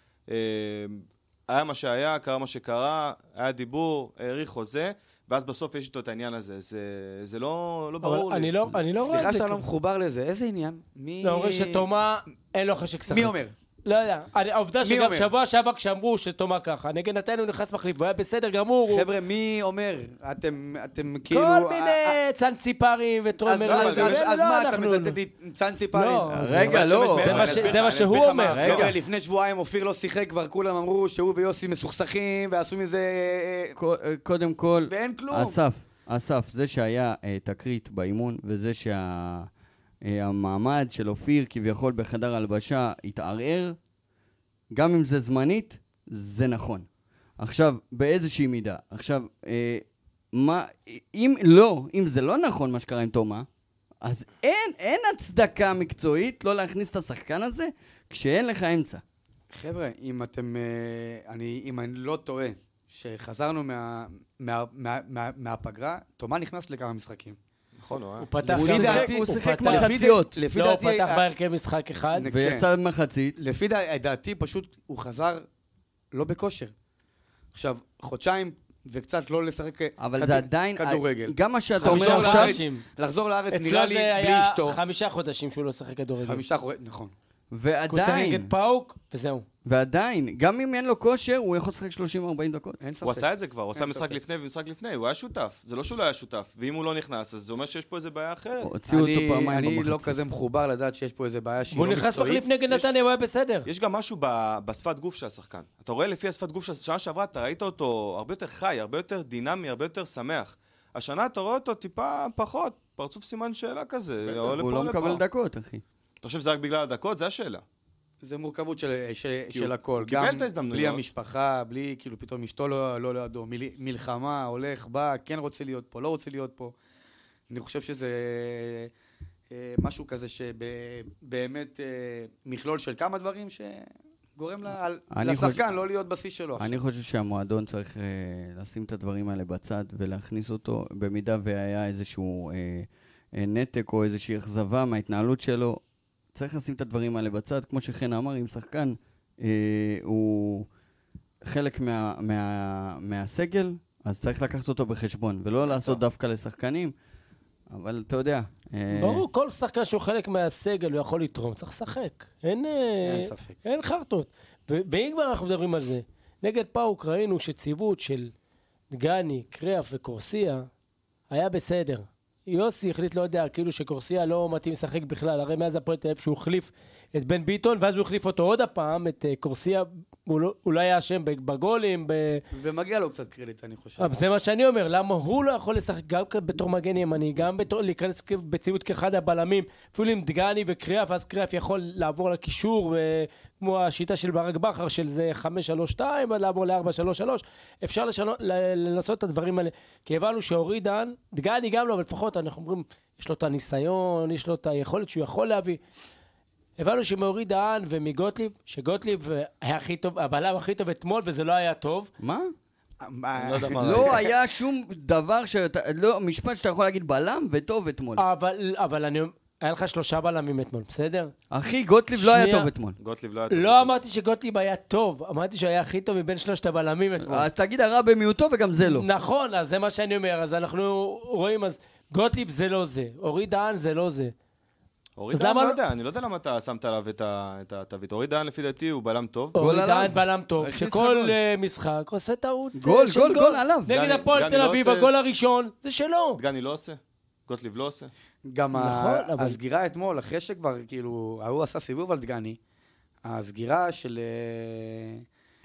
היה מה שהיה, קרה מה שקרה, היה דיבור, העריך חוזה, ואז בסוף יש איתו את העניין הזה. זה, זה לא, לא ברור לי. אני לא, אני לא רואה את זה. סליחה שאני לא מחובר לזה, איזה עניין? מי... לא, אומרים שתומה אין לו חשק שחק. מי אומר? לא יודע. העובדה מי שגם אומר? שבוע שעבר כשאמרו שתאמר ככה, נגד נתניה הוא נכנס מחליף, והוא היה בסדר גמור. הוא- חבר'ה, מי אומר? אתם, אתם כאילו... כל אה, מיני אה, צאנציפרים אז וטרומרים. אז- זה- אז- זה אז לא מה, אתה אנחנו- מצטט לי צאנצי פארים? לא, רגע, אבל לא. שמש- זה מה אני ש- אסביר זה לך, מה אני אסביר שהוא לך אומר. מה. רגע. חבר'ה, לפני שבועיים אופיר לא שיחק, כבר כולם אמרו שהוא ויוסי מסוכסכים, ועשו מזה... אה, ק- קודם כל, ואין כלום. אסף, אסף, זה שהיה אה, תקרית באימון, וזה שהמעמד של אופיר כביכול בחדר הלבשה התערער, גם אם זה זמנית, זה נכון. עכשיו, באיזושהי מידה. עכשיו, אה, מה, אם לא, אם זה לא נכון מה שקרה עם תומה, אז אין, אין הצדקה מקצועית לא להכניס את השחקן הזה, כשאין לך אמצע. חבר'ה, אם אתם... אה, אני, אם אני לא טועה, שחזרנו מה, מה, מה, מה, מהפגרה, תומה נכנס לכמה משחקים. נכון, הוא היה. הוא פתח הוא גם- שיחק- הוא הוא פתח- שיחק לפי- מחציות. לפי לא, הוא דעתי... פתח אה, בהרכב משחק אחד. נ- ויצא במחצית. לפי דע- דעתי, פשוט הוא חזר לא בכושר. עכשיו, חודשיים וקצת לא לשחק אבל כד- זה עדיין, כדורגל. גם מה שאתה חמישה אומר עכשיו, חודשים. לחזור לארץ אצלו נראה לי זה בלי היה אשתו. חמישה חודשים שהוא לא שחק כדורגל. חמישה חודשים, נכון. הוא שחק ועדיין, נגד פאוק, וזהו. ועדיין, גם אם אין לו כושר, הוא יכול לשחק שלושים ארבעים דקות. אין ספק. הוא עשה את זה כבר, הוא עשה אין משחק ספק. לפני ומשחק לפני, הוא היה שותף. זה לא שהוא לא היה שותף, ואם הוא לא נכנס, אז זה אומר שיש פה איזה בעיה אחרת. הוציאו אותו אני- פעמיים אני במחצית. לא כזה מחובר לדעת שיש פה איזה בעיה שהיא והוא לא נכנס מקצועית. מחליף נגד יש- נתניה, הוא היה בסדר. יש גם משהו ב- בשפת גוף של השחקן. אתה רואה לפי השפת גוף של השנה שעברה, אתה ראית אותו הרבה יותר חי, הרבה יותר דינמי, הרבה יותר שמח. השנה אתה רואה אותו טיפה פחות, פרצוף סימן שאלה כזה. או לפה הוא לא או לפה. מקבל דקות, אחי. אתה חושב שזה רק בגלל הדקות? זה השאלה. זה מורכבות של, של, כי של הוא- הכל. הוא קיבל גם את ההזדמנויות. בלי המשפחה, בלי, כאילו, פתאום אשתו לא, לא לידו, מיל, מלחמה, הולך, בא, כן רוצה להיות פה, לא רוצה להיות פה. אני חושב שזה אה, משהו כזה שבאמת אה, מכלול של כמה דברים שגורם לה, אני לשחקן חושב- לא להיות בשיא שלו. אני חושב שהמועדון צריך אה, לשים את הדברים האלה בצד ולהכניס אותו, במידה והיה איזשהו אה, אה, נתק או איזושהי אכזבה מההתנהלות שלו, צריך לשים את הדברים האלה בצד. כמו שחן אמר, אם שחקן אה, הוא חלק מה, מה, מהסגל, אז צריך לקחת אותו בחשבון, ולא לעשות דווקא לשחקנים, אבל אתה יודע. אה, ברור, כל שחקן שהוא חלק מהסגל, הוא יכול לתרום, צריך לשחק. אין, אה, אין ספק. אין חרטות. ו- ואם כבר אנחנו מדברים על זה, נגד פאוק ראינו שציוות של דגני, קריאף וקורסיה היה בסדר. יוסי החליט, לא יודע, כאילו שקורסיה לא מתאים לשחק בכלל, הרי מאז הפועל תל אביב שהוא החליף את בן ביטון, ואז הוא החליף אותו עוד הפעם, את uh, קורסיה, הוא לא, הוא לא היה אשם בגולים, ב... ומגיע לו קצת קרדיט, אני חושב. אבל זה מה שאני אומר, למה הוא לא יכול לשחק גם בתור מגן ימני, גם בתור, להיכנס בציוות כאחד הבלמים, אפילו עם דגני וקריאף, אז קריאף יכול לעבור לקישור, כמו השיטה של ברק בכר, של זה חמש שלוש שתיים, לעבור ל-ארבע שלוש שלוש, אפשר לשנות, לנסות את הדברים האלה, כי הבנו שהוריד דן, דגני גם לא, אבל לפחות אנחנו אומרים, יש לו את הניסיון, יש לו את היכולת שהוא יכול להביא, הבנו שמהוריד דהן ומגוטליב, שגוטליב היה הכי טוב, הבלם הכי טוב אתמול, וזה לא היה טוב. מה? אני לא יודע מה... לא היה שום דבר שאתה, לא, משפט שאתה יכול להגיד בלם וטוב אתמול. אבל, אבל אני, היה לך שלושה בלמים אתמול, בסדר? אחי, גוטליב לא היה שנייה. טוב אתמול. גוטליב לא היה טוב. לא אמרתי שגוטליב היה טוב, אמרתי שהוא היה הכי טוב מבין שלושת הבלמים אתמול. אז תגיד הרע במיעוטו וגם זה לא. נכון, אז זה מה שאני אומר, אז אנחנו רואים, אז גוטליב זה לא זה, אורי דהן זה לא זה. אורי אז דהן למה לא לא- יודע, אני לא יודע למה אתה שמת עליו את ה- את התווית. אורי דהן לפי דעתי הוא בלם טוב. גול אורי עליו. דהן בלם טוב, הכניס שכל לך גול. אה, משחק עושה טעות. אה, גול, של גול, גול עליו. נגד דגני- הפועל דגני תל לא אביב, עושה- הגול הראשון, זה שלו. דגני לא עושה, גוטליב לא עושה. גם ה- נכון, אבל- הסגירה אתמול, אחרי שכבר, כאילו, ההוא עשה סיבוב על דגני, הסגירה של אה,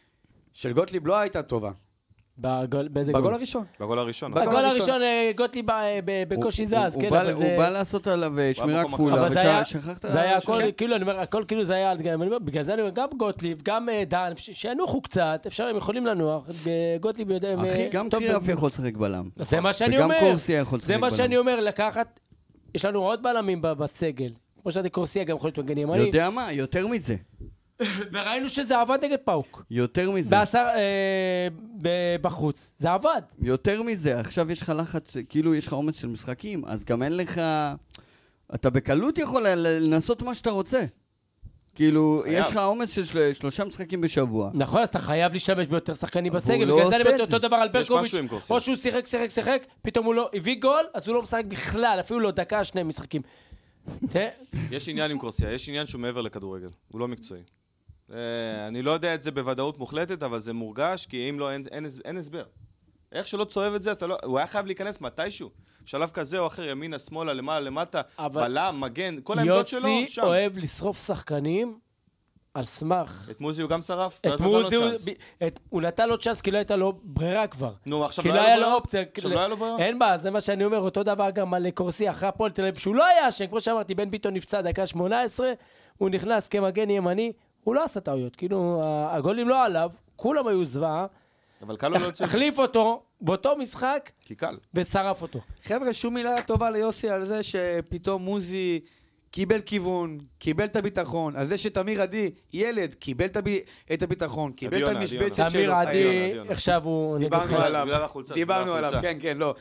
של גוטליב לא הייתה טובה. בגול, באיזה גול? בגול הראשון. בגול הראשון. בגול הגול הראשון. הראשון, אה, גוטליב אה, ב- בקושי הוא- זז, הוא כן, בא- אבל הוא זה... בא לעשות עליו אה, שמירה במקום כפולה, אבל זה היה- ושכחת... זה היה הכל, כן. כאילו, אני אומר, הכל כאילו זה היה, אני אומר, בגלל זה אני אומר, גם גוטליב, גם אה, דן, ש- שינוחו קצת, אפשר, הם יכולים לנוח, אה, גוטליב יודע... הם, אחי, אה, גם טוב, קריאף ב- יכול לשחק בלם. זה מה שאני וגם אומר. קורסיה יכול לשחק זה מה בלם. שאני אומר, לקחת, יש לנו עוד בלמים ב- בסגל, כמו שאתה קורסיה גם יכול להיות מגן ימני, יודע מה? יותר מזה. וראינו שזה עבד נגד פאוק, יותר מזה. בעשר, אה, ב- בחוץ, זה עבד. יותר מזה. עכשיו יש לך לחץ, כאילו יש לך אומץ של משחקים, אז גם אין לך... אתה בקלות יכול ל- לנסות מה שאתה רוצה. כאילו, חייב. יש לך אומץ של של- שלושה משחקים בשבוע. נכון, אז אתה חייב להשתמש ביותר שחקנים בסגל, לא בגלל זה אני עושה אומר את זה. אותו דבר על יש ברקוביץ', משהו עם קורסיה. או שהוא שיחק, שיחק, שיחק, פתאום הוא לא הביא גול, אז הוא לא משחק בכלל, אפילו לא דקה, שני משחקים. תראה, יש עניין עם קורסיה, יש עניין שהוא מעבר לכדורגל. הוא לא מקצועי. אני לא יודע את זה בוודאות מוחלטת, אבל זה מורגש, כי אם לא, אין, אין, אין הסבר. איך שלא צועב את זה, אתה לא, הוא היה חייב להיכנס מתישהו. שלב כזה או אחר, ימינה, שמאלה, למעלה, למטה, בלם, מגן, כל העמדות שלו, שם. יוסי אוהב לשרוף שחקנים על סמך. את מוזי הוא גם שרף? את מוזי, הוא נתן לו צ'אנס, כי לא הייתה לו ברירה כבר. נו, עכשיו לא היה לו אופציה. עכשיו לא היה לו ברירה? אין בעיה, זה מה שאני אומר, אותו דבר גם על קורסי, אחרי הפועל תל אביב, שהוא לא היה שם, כמו שאמרתי, בן ביטון נפצע דקה שמונה עשרה, הוא נכנס כמגן ימני, הוא לא עשה טעויות, כאילו, הגולים לא עליו, כולם היו זוועה, אבל קל לו לא יוצא. החליף אותו באותו משחק, כי קל. ושרף אותו. חבר'ה, שום מילה טובה ליוסי על זה שפתאום מוזי קיבל כיוון, קיבל את הביטחון, על זה שתמיר עדי, ילד, קיבל את הביטחון, קיבל את המשבצת שלו. תמיר עדי, עכשיו הוא... דיברנו עליו, בגלל החולצה. דיברנו עליו, כן, כן, לא.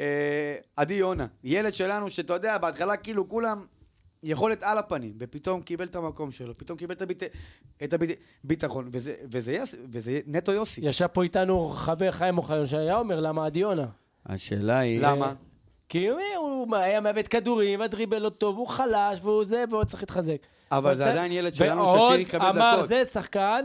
עדי יונה, ילד שלנו שאתה יודע, בהתחלה כאילו כולם יכולת על הפנים, ופתאום קיבל את המקום שלו, פתאום קיבל את הביטחון, וזה נטו יוסי. ישב פה איתנו חבר חיים אוחיון שהיה אומר, למה עדי יונה? השאלה היא... למה? כי הוא היה מאבד כדורים, והדריבל לא טוב, הוא חלש, והוא זה, והוא צריך להתחזק. אבל זה עדיין ילד שלנו שצריך לקבל דקות. ועוז אמר, זה שחקן,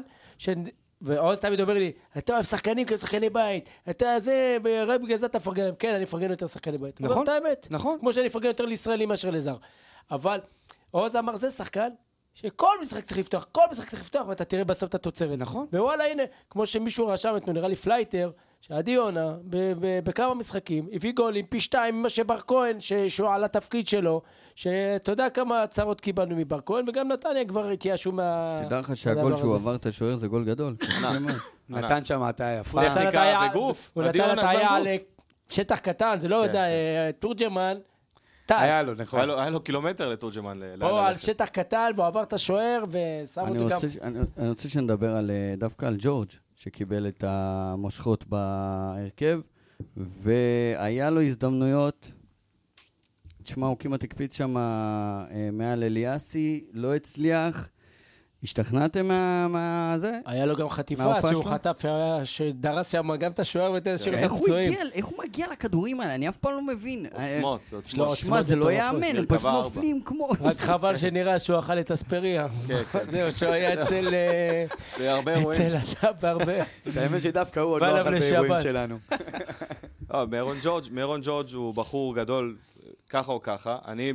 ועוז תמיד אומר לי, אתה אוהב שחקנים כאילו שחקני בית, אתה זה, ורק בגלל זה אתה פרגן, כן, אני פרגן יותר שחקני בית. נכון, זאת האמת. נכון. כמו שאני פרגן יותר לישראלי מאשר לזר. אבל עוז אמר, זה שחקן, שכל משחק צריך לפתוח, כל משחק צריך לפתוח, ואתה תראה בסוף את התוצרת. נכון. ווואלה, הנה, כמו שמישהו רשם אתנו, נראה לי פלייטר, שעדי יונה, בכמה משחקים, הביא גולים, פי שתיים ממה שבר כהן, שהוא על התפקיד שלו, שאתה יודע כמה צרות קיבלנו מבר כהן, וגם נתניה כבר התייאשו מה... שתדע לך שהגול שהוא עבר את השוער זה גול גדול. נתן שם הטעיה יפה. טכניקה וגוף. הוא נתן הטעיה על שטח קטן, זה לא יודע, תורג'מן, היה לו, נכון. היה לו קילומטר לתורג'מן. או על שטח קטן, והוא עבר את השוער, ושם אותי גם... אני רוצה שנדבר דווקא על ג'ורג' שקיבל את המושכות בהרכב, והיה לו הזדמנויות, תשמע, הוא כמעט הקפיץ שם מעל אליאסי, לא הצליח, השתכנעתם מה זה? היה לו גם חטיפה שהוא חטף, שדרס שם גם את השוער ואת השוער את הפצועים. איך הוא מגיע לכדורים האלה? אני אף פעם לא מבין. עוצמות, עוצמות. שמע, זה לא יאמן, הם פשוט נופלים כמו... רק חבל שנראה שהוא אכל את אספריה. זהו, שהוא היה אצל... אצל הסב בהרבה. האמת שדווקא הוא עוד לא אכל באירועים שלנו. מיירון ג'ורג' הוא בחור גדול, ככה או ככה. אני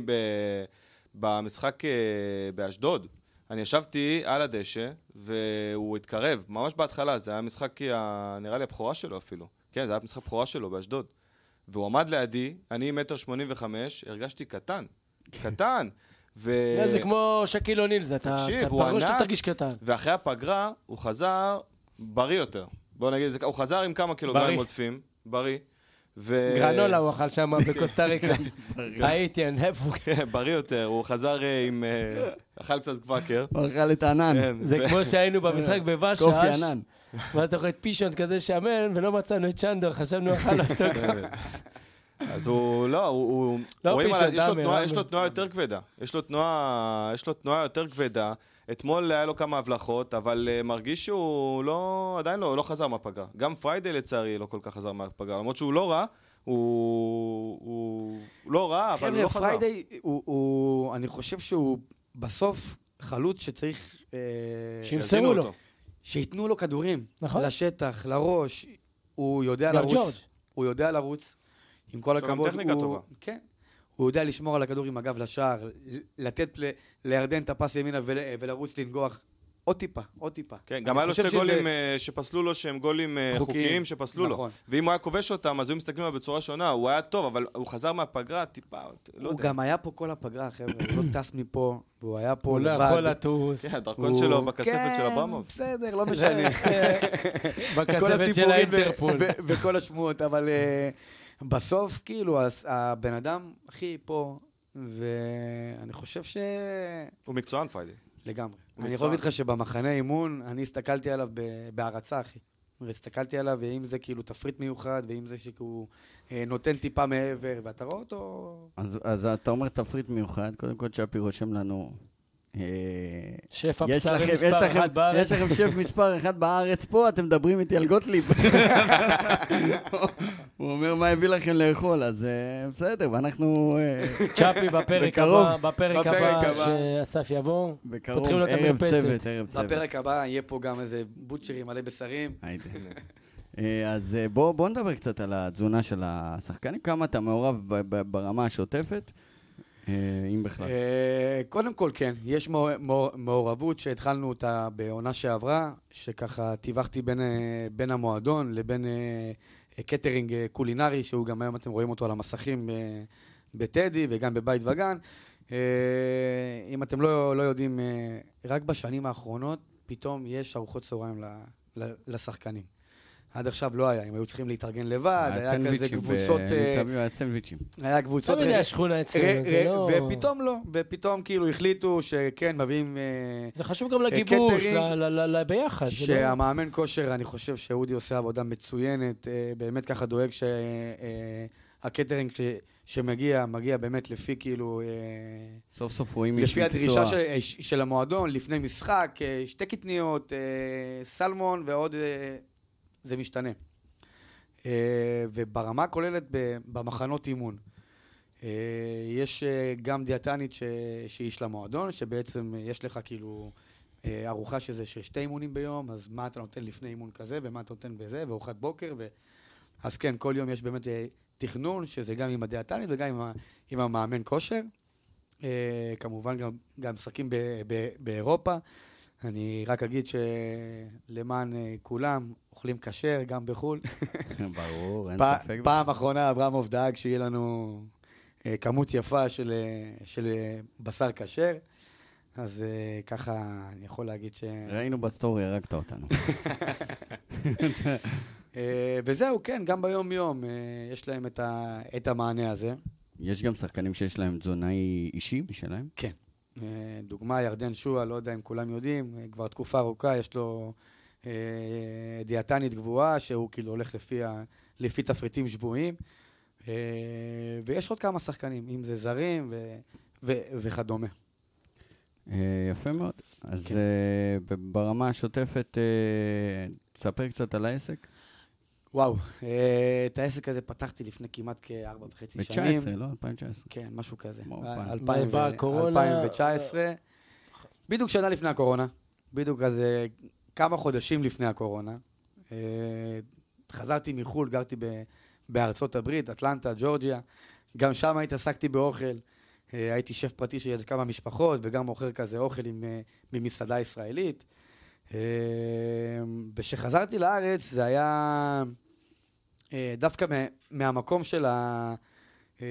במשחק באשדוד, אני ישבתי על הדשא, והוא התקרב, ממש בהתחלה, זה היה משחק, נראה לי הבכורה שלו אפילו. כן, זה היה משחק בכורה שלו באשדוד. והוא עמד לידי, אני מטר שמונים וחמש, הרגשתי קטן. קטן. זה כמו שקיל אוניל, זה אתה פרוש אתה תרגיש קטן. ואחרי הפגרה, הוא חזר בריא יותר. בוא נגיד, הוא חזר עם כמה קילוגרמים עודפים, בריא. גרנולה הוא אכל שם בקוסטה ריקה. הייתי, אני איפה. בריא יותר, הוא חזר עם... אכל קצת קוואקר. הוא אכל את הענן. זה כמו שהיינו במשחק בוושש. קופי ענן. ואתה רואה את פישון כזה שמן, ולא מצאנו את צ'נדור, חשבנו אכל אותו גם. אז הוא, לא, הוא... לא פישון, דאמר. יש לו תנועה יותר כבדה. יש לו תנועה, יש לו תנועה יותר כבדה. אתמול היה לו כמה הבלחות, אבל מרגיש שהוא לא, עדיין לא, לא חזר מהפגרה. גם פריידי לצערי לא כל כך חזר מהפגרה. למרות שהוא לא רע, הוא, הוא לא רע, אבל הוא לא חזר. פריידי, הוא, הוא, אני חושב שהוא בסוף חלוץ שצריך... שימסרו לו. שיתנו לו כדורים. נכון. לשטח, לראש. הוא יודע לרוץ. הוא יודע לרוץ. עם כל הכבוד. טכניקה טובה. כן. הוא יודע לשמור על הכדור עם הגב לשער, לתת לירדן את הפס ימינה ולרוץ לנגוח עוד טיפה, עוד טיפה. כן, גם היה לו שתי גולים שפסלו לו, שהם גולים חוקיים שפסלו לו. ואם הוא היה כובש אותם, אז היו מסתכלים עליו בצורה שונה, הוא היה טוב, אבל הוא חזר מהפגרה טיפה, לא יודע. הוא גם היה פה כל הפגרה, חבר'ה, הוא לא טס מפה, והוא היה פה לבד. הוא לא יכול לטוס. כן, הדרכון שלו בכספת של אברמוב. כן, בסדר, לא משנה. בכספת של האינטרפול. וכל השמועות, אבל... בסוף, כאילו, הבן אדם הכי פה, ואני חושב ש... הוא מקצוען, פיידי. לגמרי. אני יכול להגיד לך שבמחנה אימון, אני הסתכלתי עליו בהרצה, אחי. הסתכלתי עליו, ואם זה כאילו תפריט מיוחד, ואם זה שהוא נותן טיפה מעבר, ואתה רואה אותו... אז אתה אומר תפריט מיוחד, קודם כל צ'אפי רושם לנו שף יש הבשרי לכם- מספר יש לכם- אחד בארץ. יש לכם שף מספר אחד בארץ פה, אתם מדברים איתי על גוטליב. הוא אומר מה הביא לכם לאכול, אז אה, בסדר, ואנחנו אה, צ'אפי בפרק בקרוב. הבא, בפרק בפרק הבא הבא. שאסף יבוא. בקרוב פותחים לו את ערב המרפסת. צוות, ערב צוות. בפרק הבא יהיה פה גם איזה בוטשרי מלא בשרים. היידה. אה, אז אה, בוא בוא נדבר קצת על התזונה של השחקנים, כמה אתה מעורב ב- ב- ברמה השוטפת, אה, אם בכלל. אה, קודם כל, כן, יש מעור- מעור- מעורבות שהתחלנו אותה בעונה שעברה, שככה טיווחתי בין, אה, בין המועדון לבין אה, קטרינג אה, קולינרי, שהוא גם היום אתם רואים אותו על המסכים אה, בטדי וגם בבית וגן. אה, אם אתם לא, לא יודעים, אה, רק בשנים האחרונות פתאום יש ארוחות צהריים ל- ל- לשחקנים. עד עכשיו לא היה, הם היו צריכים להתארגן לבד, היה כזה הסנדוויצ'ים קבוצות... ב- אה, תמיד היה סנדוויצ'ים. היה קבוצות... תמיד ר- היה שכונה אצלנו, ר- זה ר- לא... ופתאום לא, ופתאום כאילו החליטו שכן, מביאים... אה, זה חשוב גם לגיבוש, קטרינג, ל- ל- ל- ל- ביחד. זה לא- שהמאמן כושר, אני חושב שאודי עושה עבודה מצוינת, אה, באמת ככה דואג שהקטרינג שמגיע, מגיע באמת לפי כאילו... אה, סוף סוף רואים איש לפי מקצוע. הדרישה של, אה, ש- של המועדון, לפני משחק, אה, שתי קטניות, אה, סלמון ועוד... אה, זה משתנה. אה, וברמה כוללת ב- במחנות אימון. אה, יש אה, גם דיאטנית ש- שיש למועדון, שבעצם אה, יש לך כאילו אה, ארוחה שזה של שתי אימונים ביום, אז מה אתה נותן לפני אימון כזה, ומה אתה נותן בזה, וארוחת בוקר, ו... אז כן, כל יום יש באמת אה, תכנון, שזה גם עם הדיאטנית וגם עם, ה- עם המאמן כושר. אה, כמובן גם, גם משחקים ב- ב- באירופה. אני רק אגיד שלמען אה, כולם אוכלים כשר, גם בחו"ל. ברור, אין פ- ספק. פעם אחרונה אברמוב דאג שיהיה לנו אה, כמות יפה של, אה, של אה, בשר כשר, אז אה, ככה אני יכול להגיד ש... ראינו בסטורי, הרגת אותנו. אה, וזהו, כן, גם ביום-יום אה, יש להם את, ה, את המענה הזה. יש גם שחקנים שיש להם תזונאי אישי משלהם? כן. אה, דוגמה, ירדן שועה, לא יודע אם כולם יודעים, אה, כבר תקופה ארוכה, יש לו אה, דיאטנית גבוהה, שהוא כאילו הולך לפי, ה, לפי תפריטים שבועיים, אה, ויש עוד כמה שחקנים, אם זה זרים ו, ו, וכדומה. אה, יפה מאוד. אז כן. אה, ב- ברמה השוטפת, אה, תספר קצת על העסק. וואו, אה, את העסק הזה פתחתי לפני כמעט כארבע וחצי שנים. ב-תשע עשרה, לא? אלפיים תשע עשרה. כן, משהו כזה. כמו ב- פעם. אלפיים ו- באה הקורונה. אלפיים תשע עשרה. בדיוק שנה לפני הקורונה. בדיוק כזה כמה חודשים לפני הקורונה. אה, חזרתי מחו"ל, גרתי ב- בארצות הברית, אטלנטה, ג'ורג'יה. גם שם התעסקתי באוכל. אה, הייתי שף פרטי של איזה כמה משפחות, וגם מוכר כזה אוכל עם, אה, ממסעדה ישראלית. אה, וכשחזרתי לארץ זה היה אה, דווקא מה- מהמקום של ה... אה,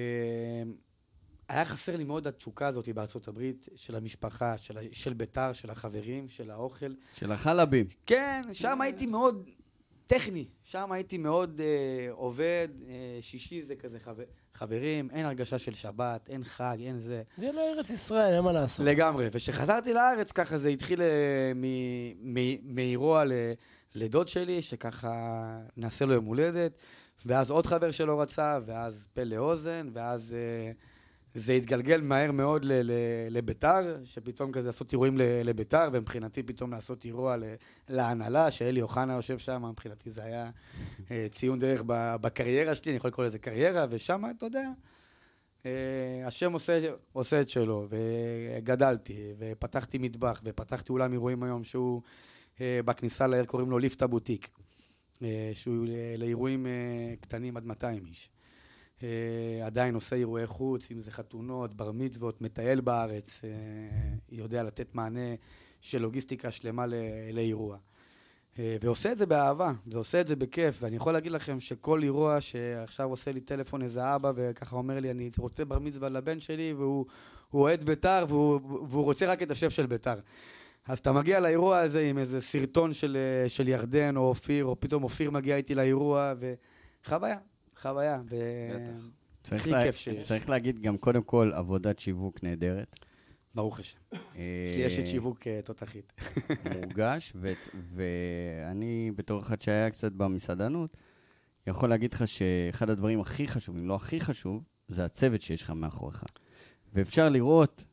היה חסר לי מאוד התשוקה הזאת בארצות הברית, של המשפחה, של, ה- של ביתר, של החברים, של האוכל. של החלבים. כן, שם הייתי מאוד טכני, שם הייתי מאוד אה, עובד, אה, שישי זה כזה חבר, חברים, אין הרגשה של שבת, אין חג, אין זה. זה לא ארץ ישראל, אין מה לעשות. לגמרי, וכשחזרתי לארץ ככה זה התחיל אה, מ- מ- מאירוע ל- לדוד שלי, שככה נעשה לו יום הולדת, ואז עוד חבר שלו רצה, ואז פה לאוזן, ואז אה, זה התגלגל מהר מאוד ל- ל- לביתר, שפתאום כזה לעשות אירועים ל- לביתר, ומבחינתי פתאום לעשות אירוע ל- להנהלה, שאלי אוחנה יושב שם, מבחינתי זה היה אה, ציון דרך ב- בקריירה שלי, אני יכול לקרוא לזה קריירה, ושם, אתה יודע, אה, השם עושה, עושה את שלו, וגדלתי, ופתחתי מטבח, ופתחתי אולם אירועים היום שהוא אה, בכניסה לעיר, קוראים לו ליפטה בוטיק, אה, שהוא ל- לאירועים אה, קטנים עד מאתיים איש. אה, עדיין עושה אירועי חוץ, אם זה חתונות, בר מצוות, מטייל בארץ, אה, יודע לתת מענה של לוגיסטיקה שלמה ל- לאירוע. אה, ועושה את זה באהבה, ועושה את זה בכיף, ואני יכול להגיד לכם שכל אירוע שעכשיו עושה לי טלפון איזה אבא, וככה אומר לי, אני רוצה בר מצווה לבן שלי, והוא הוא אוהד ביתר, והוא, והוא רוצה רק את השף של ביתר. אז אתה מגיע לאירוע הזה עם איזה סרטון של, אה, של ירדן או אופיר, או פתאום אופיר מגיע איתי לאירוע, וחוויה, חוויה. ו... צריך הכי לה- כיף שיש. צריך להגיד גם קודם כל עבודת שיווק נהדרת. ברוך השם. אה, יש לי אשת שיווק אה, תותחית. מורגש, ו- ואני בתור אחד שהיה קצת במסעדנות, יכול להגיד לך שאחד הדברים הכי חשובים, לא הכי חשוב, זה הצוות שיש לך מאחוריך. ואפשר לראות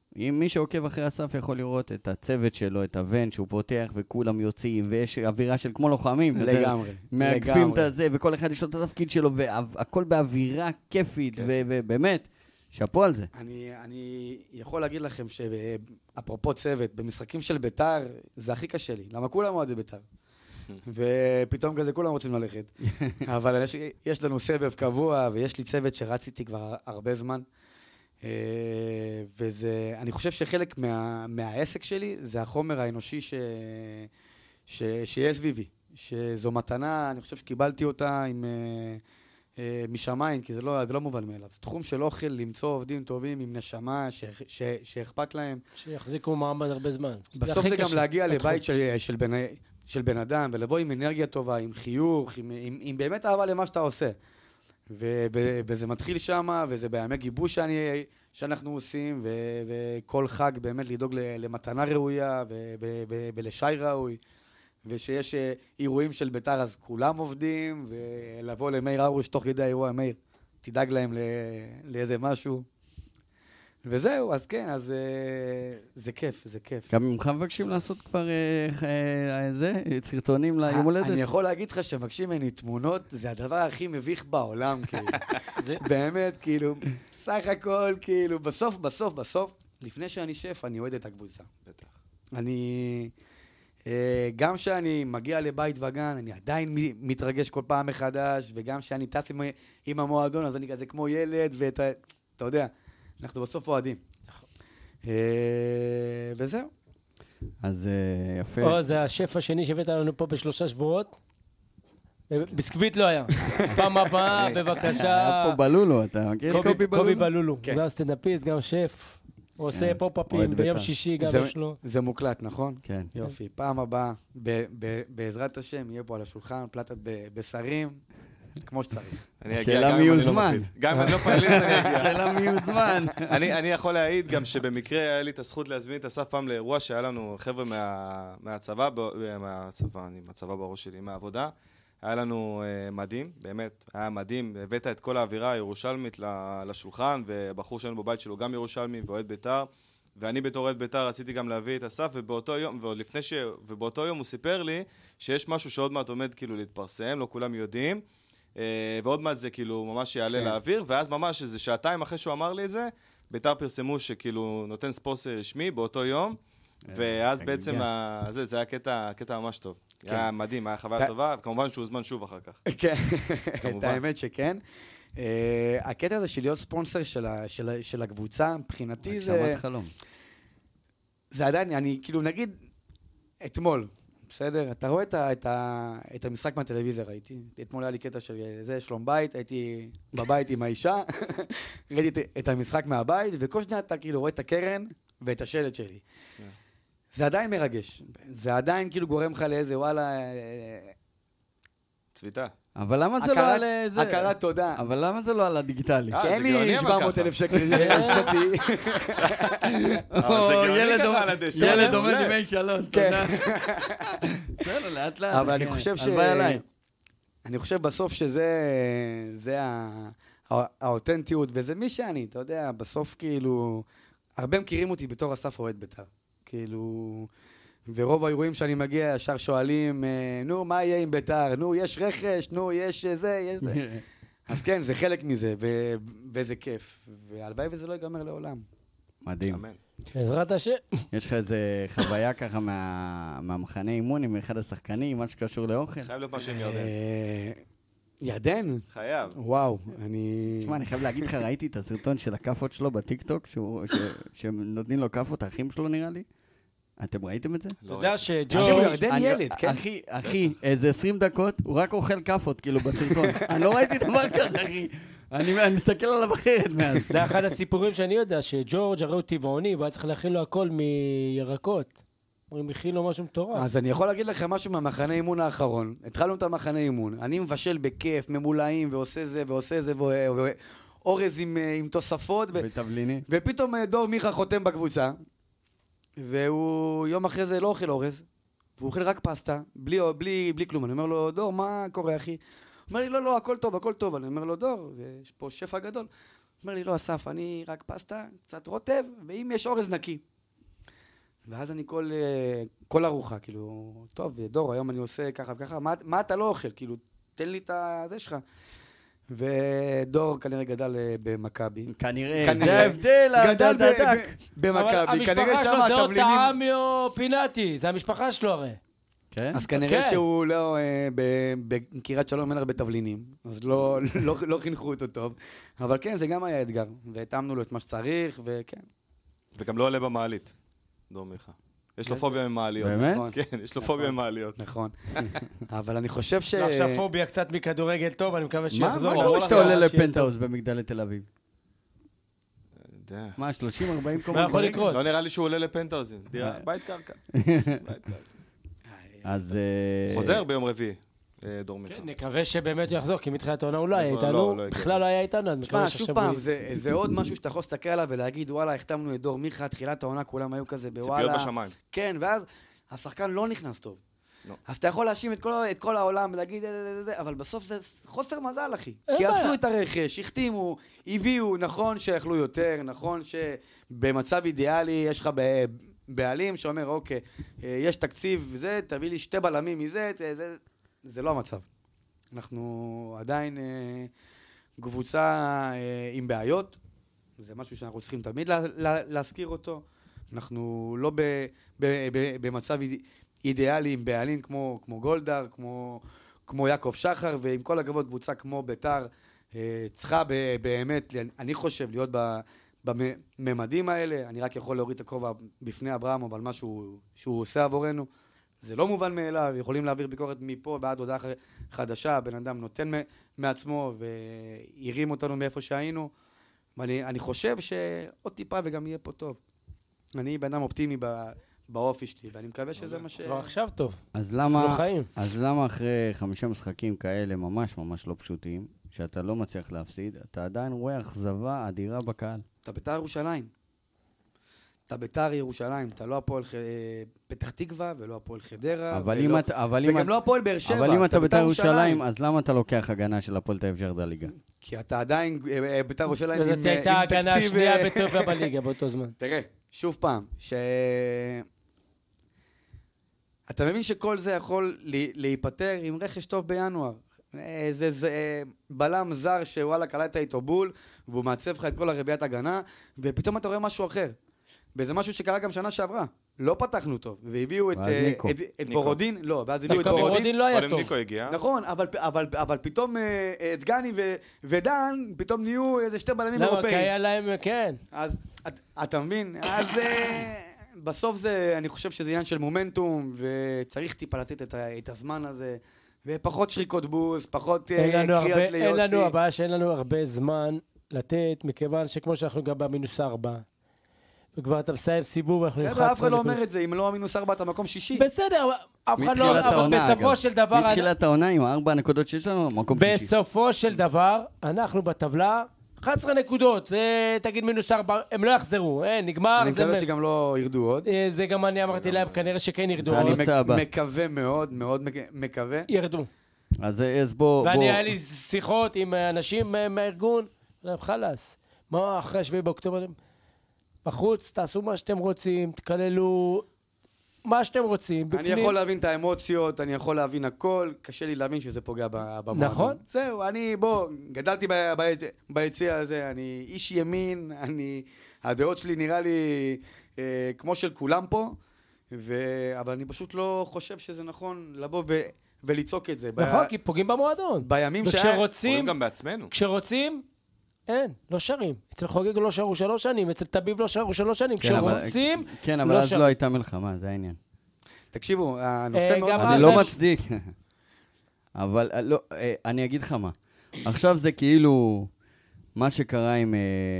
אם מי שעוקב אחרי אסף יכול לראות את הצוות שלו, את הוון שהוא פותח וכולם יוצאים, ויש אווירה של כמו לוחמים. לגמרי. מעקפים את הזה, וכל אחד יש לו את התפקיד שלו, והכל באווירה כיפית, ובאמת, שפו על זה. אני, אני יכול להגיד לכם שאפרופו צוות, במשחקים של ביתר, זה הכי קשה לי. למה כולם אוהדי ביתר? ופתאום כזה כולם רוצים ללכת. אבל יש, יש לנו סבב קבוע, ויש לי צוות שרציתי כבר הרבה זמן. וזה, אני חושב שחלק מה, מהעסק שלי זה החומר האנושי ש, ש, שיהיה סביבי. שזו מתנה, אני חושב שקיבלתי אותה עם, משמיים, כי זה לא, זה לא מובן מאליו. זה תחום של אוכל, למצוא עובדים טובים עם נשמה, ש, ש, שאכפת להם. שיחזיקו מעמד הרבה זמן. בסוף זה, זה גם להגיע לבית של, של, בן, של בן אדם, ולבוא עם אנרגיה טובה, עם חיוך, עם, עם, עם באמת אהבה למה שאתה עושה. ו- ו- וזה מתחיל שם, וזה בימי גיבוש שאני, שאנחנו עושים, ו- וכל חג באמת לדאוג למתנה ראויה, ו- ו- ו- ולשי ראוי, ושיש אירועים של ביתר, אז כולם עובדים, ולבוא למאיר ארוש תוך כדי האירוע, מאיר, תדאג להם לאיזה משהו. וזהו, אז כן, אז זה כיף, זה כיף. גם ממך מבקשים לעשות כבר זה, סרטונים ליום הולדת? אני יכול להגיד לך שמבקשים ממני תמונות, זה הדבר הכי מביך בעולם, כאילו. באמת, כאילו, סך הכל, כאילו, בסוף, בסוף, בסוף, לפני שאני שף, אני אוהד את הקבוצה. בטח. אני, גם שאני מגיע לבית וגן, אני עדיין מתרגש כל פעם מחדש, וגם שאני טס עם המועדון, אז אני כזה כמו ילד, ואתה יודע, אנחנו בסוף אוהדים. וזהו. אז יפה. או, זה השף השני שהבאת לנו פה בשלושה שבועות. ביסקוויט לא היה. פעם הבאה, בבקשה. היה פה בלולו, אתה מכיר? קובי בלולו? קובי בלולו. גם סטנדאפיסט, גם שף. הוא עושה פופ-אפים ביום שישי, גם יש לו. זה מוקלט, נכון? כן. יופי. פעם הבאה, בעזרת השם, יהיה פה על השולחן, פלטת בשרים. כמו שצריך. שאלה מי יוזמן. גם אם אני לא פעליסט, אני אגיע. שאלה מי יוזמן. אני יכול להעיד גם שבמקרה היה לי את הזכות להזמין את אסף פעם לאירוע שהיה לנו חבר'ה מהצבא, מהצבא, אני מהצבא בראש שלי, מהעבודה. היה לנו מדהים, באמת, היה מדהים. הבאת את כל האווירה הירושלמית לשולחן, ובחור שלנו בבית שלו גם ירושלמי ואוהד ביתר. ואני בתור אוהד ביתר רציתי גם להביא את אסף, ובאותו יום, ועוד לפני ש... ובאותו יום הוא סיפר לי שיש משהו שעוד מעט עומד כאילו להתפרסם, לא כולם יודעים. ועוד מעט זה כאילו ממש יעלה לאוויר, ואז ממש איזה שעתיים אחרי שהוא אמר לי את זה, ביתר פרסמו שכאילו נותן ספונסר רשמי באותו יום, ואז בעצם זה, זה היה קטע, קטע ממש טוב. היה מדהים, היה חוויה טובה, וכמובן שהוא זמן שוב אחר כך. כן, את האמת שכן. הקטע הזה של להיות ספונסר של הקבוצה, מבחינתי זה... הגשמת חלום. זה עדיין, אני כאילו נגיד אתמול, בסדר? אתה רואה את, ה, את, ה, את המשחק מהטלוויזיה, ראיתי. אתמול היה לי קטע של זה, שלום בית, הייתי בבית עם האישה, ראיתי את, את המשחק מהבית, וכל שניה אתה כאילו רואה את הקרן ואת השלט שלי. Yeah. זה עדיין מרגש. זה עדיין כאילו גורם לך לאיזה, וואלה... צביטה. אבל למה זה לא על זה? הכרת תודה. אבל למה זה לא על הדיגיטלי? כי אין לי שבע מאות אלף שקל השקעתי. ילד עומד עם איי שלוש, תודה. בסדר, לאט לאט. אבל אני חושב ש... אני חושב בסוף שזה האותנטיות, וזה מי שאני, אתה יודע, בסוף כאילו... הרבה מכירים אותי בתור אסף אוהד ביתר. כאילו... ורוב האירועים שאני מגיע, ישר שואלים, נו, מה יהיה עם ביתר? נו, יש רכש, נו, יש זה, יש זה. אז כן, זה חלק מזה, ו- וזה כיף. והלוואי וזה לא ייגמר לעולם. מדהים. בעזרת השם. יש לך איזה חוויה ככה מה- מהמחנה אימון עם אחד השחקנים, מה שקשור לאוכל? חייב להיות משהו עם ירדן. ירדן? חייב. וואו, אני... תשמע, אני חייב להגיד לך, ראיתי את הסרטון של הכפות שלו בטיקטוק, שהם נותנים לו כפות, האחים שלו נראה לי. אתם ראיתם את זה? אתה יודע שג'ורג'... הוא ירדן ילד, כן? אחי, אחי, איזה עשרים דקות, הוא רק אוכל כפות, כאילו, בסרטון. אני לא ראיתי דבר כזה, אחי. אני מסתכל עליו אחרת מאז. זה אחד הסיפורים שאני יודע, שג'ורג' הרי הוא טבעוני, והוא היה צריך להכין לו הכל מירקות. הוא מכין לו משהו מטורף. אז אני יכול להגיד לך משהו מהמחנה אימון האחרון. התחלנו את המחנה אימון. אני מבשל בכיף, ממולאים, ועושה זה, ועושה זה, ואורז עם תוספות. ותבליני. ופתאום דור מיכה חותם בקבוצה. והוא יום אחרי זה לא אוכל אורז, והוא אוכל רק פסטה, בלי, בלי, בלי כלום. אני אומר לו, דור, מה קורה, אחי? הוא אומר לי, לא, לא, הכל טוב, הכל טוב. אני אומר לו, דור, יש פה שפע גדול. אומר לי, לא, אסף, אני רק פסטה, קצת רוטב, ואם יש אורז נקי. ואז אני כל, כל ארוחה, כאילו, טוב, דור, היום אני עושה ככה וככה, מה, מה אתה לא אוכל? כאילו, תן לי את זה שלך. ודור כנראה גדל במכבי. כנראה, זה ההבדל הדק. במכבי, כנראה שם המשפחה שלו זה או התבלינים... טעמי או פינאטי, זה המשפחה שלו הרי. כן? אז כנראה שהוא לא, בקירת שלום אין הרבה תבלינים, אז לא חינכו אותו טוב. אבל כן, זה גם היה אתגר, והתאמנו לו את מה שצריך, וכן. וגם לא עולה במעלית, דור מיכה. יש לו פוביה ממעליות. באמת? כן, יש לו פוביה ממעליות. נכון. אבל אני חושב ש... יש לו עכשיו פוביה קצת מכדורגל טוב, אני מקווה שיחזור. מה קורה שאתה עולה לפנטהאוס במגדל תל אביב? יודע. מה, שלושים ארבעים קומות? מה יכול לקרות? לא נראה לי שהוא עולה לפנטהאוזים. דירה, בית קרקע. אז... חוזר ביום רביעי, דור מיכה. כן, נקווה שבאמת הוא יחזור, כי מתחילת העונה הוא לא היה לא, איתנו, לא, לא בכלל לא היה איתנו, אז תשמע, מקווה שוב שעכשיו פעם, הוא... זה, זה עוד משהו שאתה יכול להסתכל עליו ולהגיד, וואלה, החתמנו את דור מיכה, תחילת העונה, כולם היו כזה בוואלה. ציפיות בשמיים. כן, ואז השחקן לא נכנס טוב. לא. אז אתה יכול להאשים את כל, את כל העולם ולהגיד, זה, זה, זה, אבל בסוף זה חוסר מזל, אחי. אין כי בעיה. עשו את הרכש, החתימו, הביאו, נכון שיכלו יותר, נכון שבמצב אידיאלי יש לך ב- בעלים שאומר, אוקיי, יש תקציב וזה, תביא לי שתי בלמים מזה, זה, זה, זה לא המצב. אנחנו עדיין אה, קבוצה אה, עם בעיות, זה משהו שאנחנו צריכים תמיד לה, לה, להזכיר אותו. אנחנו לא ב, ב, ב, במצב אידיאלי עם בעלים כמו, כמו גולדהר, כמו, כמו יעקב שחר, ועם כל הכבוד קבוצה כמו ביתר, אה, צריכה ב, באמת, אני חושב, להיות ב, בממדים האלה. אני רק יכול להוריד את הכובע בפני אברהם, אבל מה שהוא, שהוא עושה עבורנו. זה לא מובן מאליו, יכולים להעביר ביקורת מפה בעד הודעה חדשה, הבן אדם נותן מעצמו והרים אותנו מאיפה שהיינו, ואני אני חושב שעוד טיפה וגם יהיה פה טוב. אני בן אדם אופטימי באופי שלי, ואני מקווה שזה מה ש... כבר עכשיו טוב. אז למה, חיים. אז למה אחרי חמישה משחקים כאלה ממש ממש לא פשוטים, שאתה לא מצליח להפסיד, אתה עדיין רואה אכזבה אדירה בקהל? אתה בית"ר ירושלים. אתה בית"ר ירושלים, אתה לא הפועל פתח תקווה ולא הפועל חדרה, אבל ולא, אם אתה, אבל אם וגם אתה, לא הפועל באר שבע. אבל אם אתה בית"ר ירושלים, אז למה אתה לוקח הגנה של הפועל תל אביב ירדה ליגה? כי אתה עדיין בית"ר ירושלים עם זאת תקציב... הייתה הגנה השנייה בטובה בליגה באותו זמן. תראה, שוב פעם, ש... אתה מבין שכל זה יכול להיפטר עם רכש טוב בינואר. זה, זה בלם זר שוואלה קלעת איתו בול, והוא מעצב לך את כל הרביעת הגנה, ופתאום אתה רואה משהו אחר. וזה משהו שקרה גם שנה שעברה. לא פתחנו טוב, והביאו את, את, את בורודין, לא, ואז הביאו את דווקא בורודין. בורודין לא היה קודם טוב. ניקו הגיע. נכון, אבל, אבל, אבל פתאום את גני ו, ודן, פתאום נהיו איזה שתי בלמים אירופאים. למה? כי היה להם, כן. אז את, אתה מבין? אז בסוף זה, אני חושב שזה עניין של מומנטום, וצריך טיפה לתת את, את הזמן הזה, ופחות שריקות בוס, פחות קריאות ליוסי. אין לנו, הבעיה שאין לנו הרבה זמן לתת, מכיוון שכמו שאנחנו גם במינוס ארבע, וכבר אתה מסיים סיבוב, אנחנו עם אחת עשרה. אף אחד לא אומר את זה, אם לא המינוס ארבע, אתה מקום שישי. בסדר, אף אחד לא, אבל בסופו של דבר... מתחילת העונה עם הארבע הנקודות שיש לנו, מקום שישי. בסופו של דבר, אנחנו בטבלה, אחת עשרה נקודות, תגיד מינוס ארבע, הם לא יחזרו, נגמר. אני מקווה שגם לא ירדו עוד. זה גם אני אמרתי להם, כנראה שכן ירדו. אני מקווה מאוד, מאוד מקווה. ירדו. אז בוא... ואני היה לי שיחות עם אנשים מהארגון, חלאס, מה אחרי השביעי באוקטובר? בחוץ, תעשו מה שאתם רוצים, תקללו מה שאתם רוצים. אני יכול להבין את האמוציות, אני יכול להבין הכל, קשה לי להבין שזה פוגע במועדון. נכון. זהו, אני, בוא, גדלתי ביציע הזה, אני איש ימין, אני, הדעות שלי נראה לי אה, כמו של כולם פה, ו... אבל אני פשוט לא חושב שזה נכון לבוא ו... וליצוק את זה. נכון, ב... כי פוגעים במועדון. בימים שהיה... וכשרוצים... פוגעים גם בעצמנו. כשרוצים... אין, לא שרים. אצל חוגג לא שרו שלוש שנים, אצל תביב לא שרו שלוש שנים. כשרוצים, כן, אבל אז לא הייתה מלחמה, זה העניין. תקשיבו, הנושא מאוד... אני לא מצדיק. אבל לא, אני אגיד לך מה. עכשיו זה כאילו מה שקרה עם...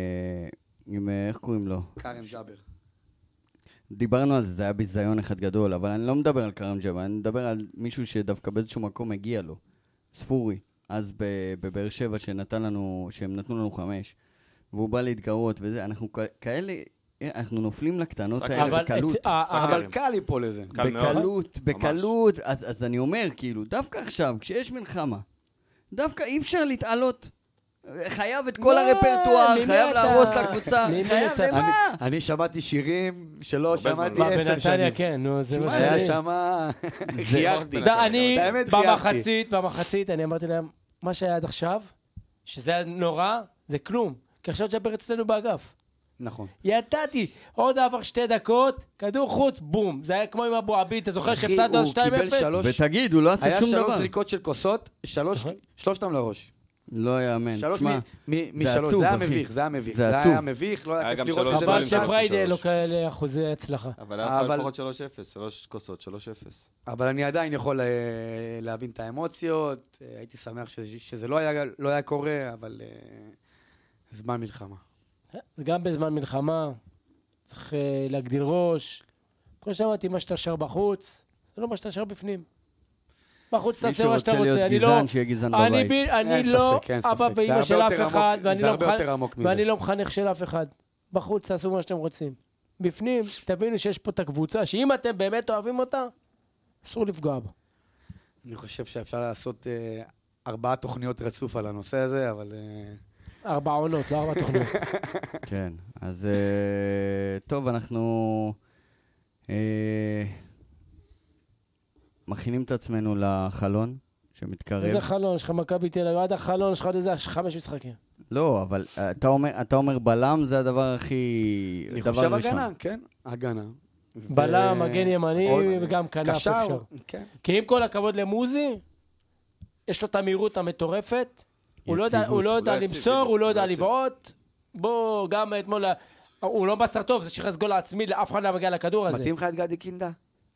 עם איך קוראים לו? קרם ג'אבר. דיברנו על זה, זה היה ביזיון אחד גדול, אבל אני לא מדבר על קרם ג'אבר, אני מדבר על מישהו שדווקא באיזשהו מקום הגיע לו. ספורי. אז בבאר שבע שנתן לנו, שהם נתנו לנו חמש, והוא בא להתגרות וזה, אנחנו כאלה, אנחנו נופלים לקטנות האלה בקלות. אבל קל לי פה לזה. בקלות, בקלות, אז אני אומר, כאילו, דווקא עכשיו, כשיש מלחמה, דווקא אי אפשר להתעלות. חייב את כל הרפרטואר, חייב להרוס לקבוצה, חייב למה? אני שמעתי שירים שלא שמעתי מה, עשר בנתניה, שנים. כן, נו, זה מה היה שאני. שמה... חייכתי. אני, באמת חייכתי. במחצית, במחצית, אני אמרתי להם, מה שהיה עד עכשיו, שזה היה נורא, זה כלום. כי עכשיו תשבר אצלנו באגף. נכון. ידעתי, עוד עבר שתי דקות, כדור חוץ, בום. זה היה כמו עם אבו עביד, אתה זוכר שהפסדנו על שתיים אפס? ותגיד, הוא לא עשה שום דבר. היה שלוש זריקות של כוסות, שלושתם לראש. לא יאמן. שלוש תשמע, משלוש, זה היה מביך, זה היה מביך. זה זה עצוב. היה מביך, לא היה היה כיף גם לראות שלוש שזה אבל גולים נמשך. שפריידי לא שלוש. כאלה אחוזי הצלחה. אבל היה אבל- לפחות שלוש אפס, שלוש כוסות, שלוש אפס. אבל אני עדיין יכול אה, להבין את האמוציות, אה, הייתי שמח שזה- שזה לא היה- לא היה קורה, אבל אה, זמן מלחמה. זה גם בזמן מלחמה, צריך אה, להגדיל ראש. כמו שאמרתי, מה שאתה שר בחוץ, זה לא מה שאתה שר בפנים. בחוץ תעשה מה שאתה מי שרוצה רוצה, להיות אני לא... גזען, שיהיה גזען אני, בבית. ב, אני אין לא ספק, אין אבא ספק. ואמא זה של הרבה אף יותר אחד, עמוק- ואני זה לא, הרבה מחנ... יותר עמוק מזה. ואני לא מחנך של אף אחד. בחוץ תעשו מה שאתם רוצים. בפנים, תבינו שיש פה את הקבוצה, שאם אתם באמת אוהבים אותה, אסור לפגוע בה. אני חושב שאפשר לעשות אה, ארבעה תוכניות רצוף על הנושא הזה, אבל... אה, ארבע עונות, לא ארבע תוכניות. כן, אז אה, טוב, אנחנו אה, מכינים את עצמנו לחלון שמתקרב. איזה חלון, יש לך מכבי תל אביב, עד החלון יש לך עוד איזה חמש משחקים. לא, אבל אתה אומר, אתה אומר בלם זה הדבר הכי... אני דבר חושב ראשון. הגנה, כן, הגנה. בלם, מגן ימני עוד- וגם כנף קשר, אפשר. כן. כי עם כל הכבוד למוזי, יש לו את המהירות המטורפת, הוא לא יודע- יציבות. הוא לא יודע הוא לא יציב, למסור, הוא לא הוא יודע לא יציב. לבעוט. בוא, גם אתמול, הוא לא בסר טוב, זה שחרס גול עצמי, לאף אחד לא מגיע לכדור הזה. מתאים לך את גדי קינדה?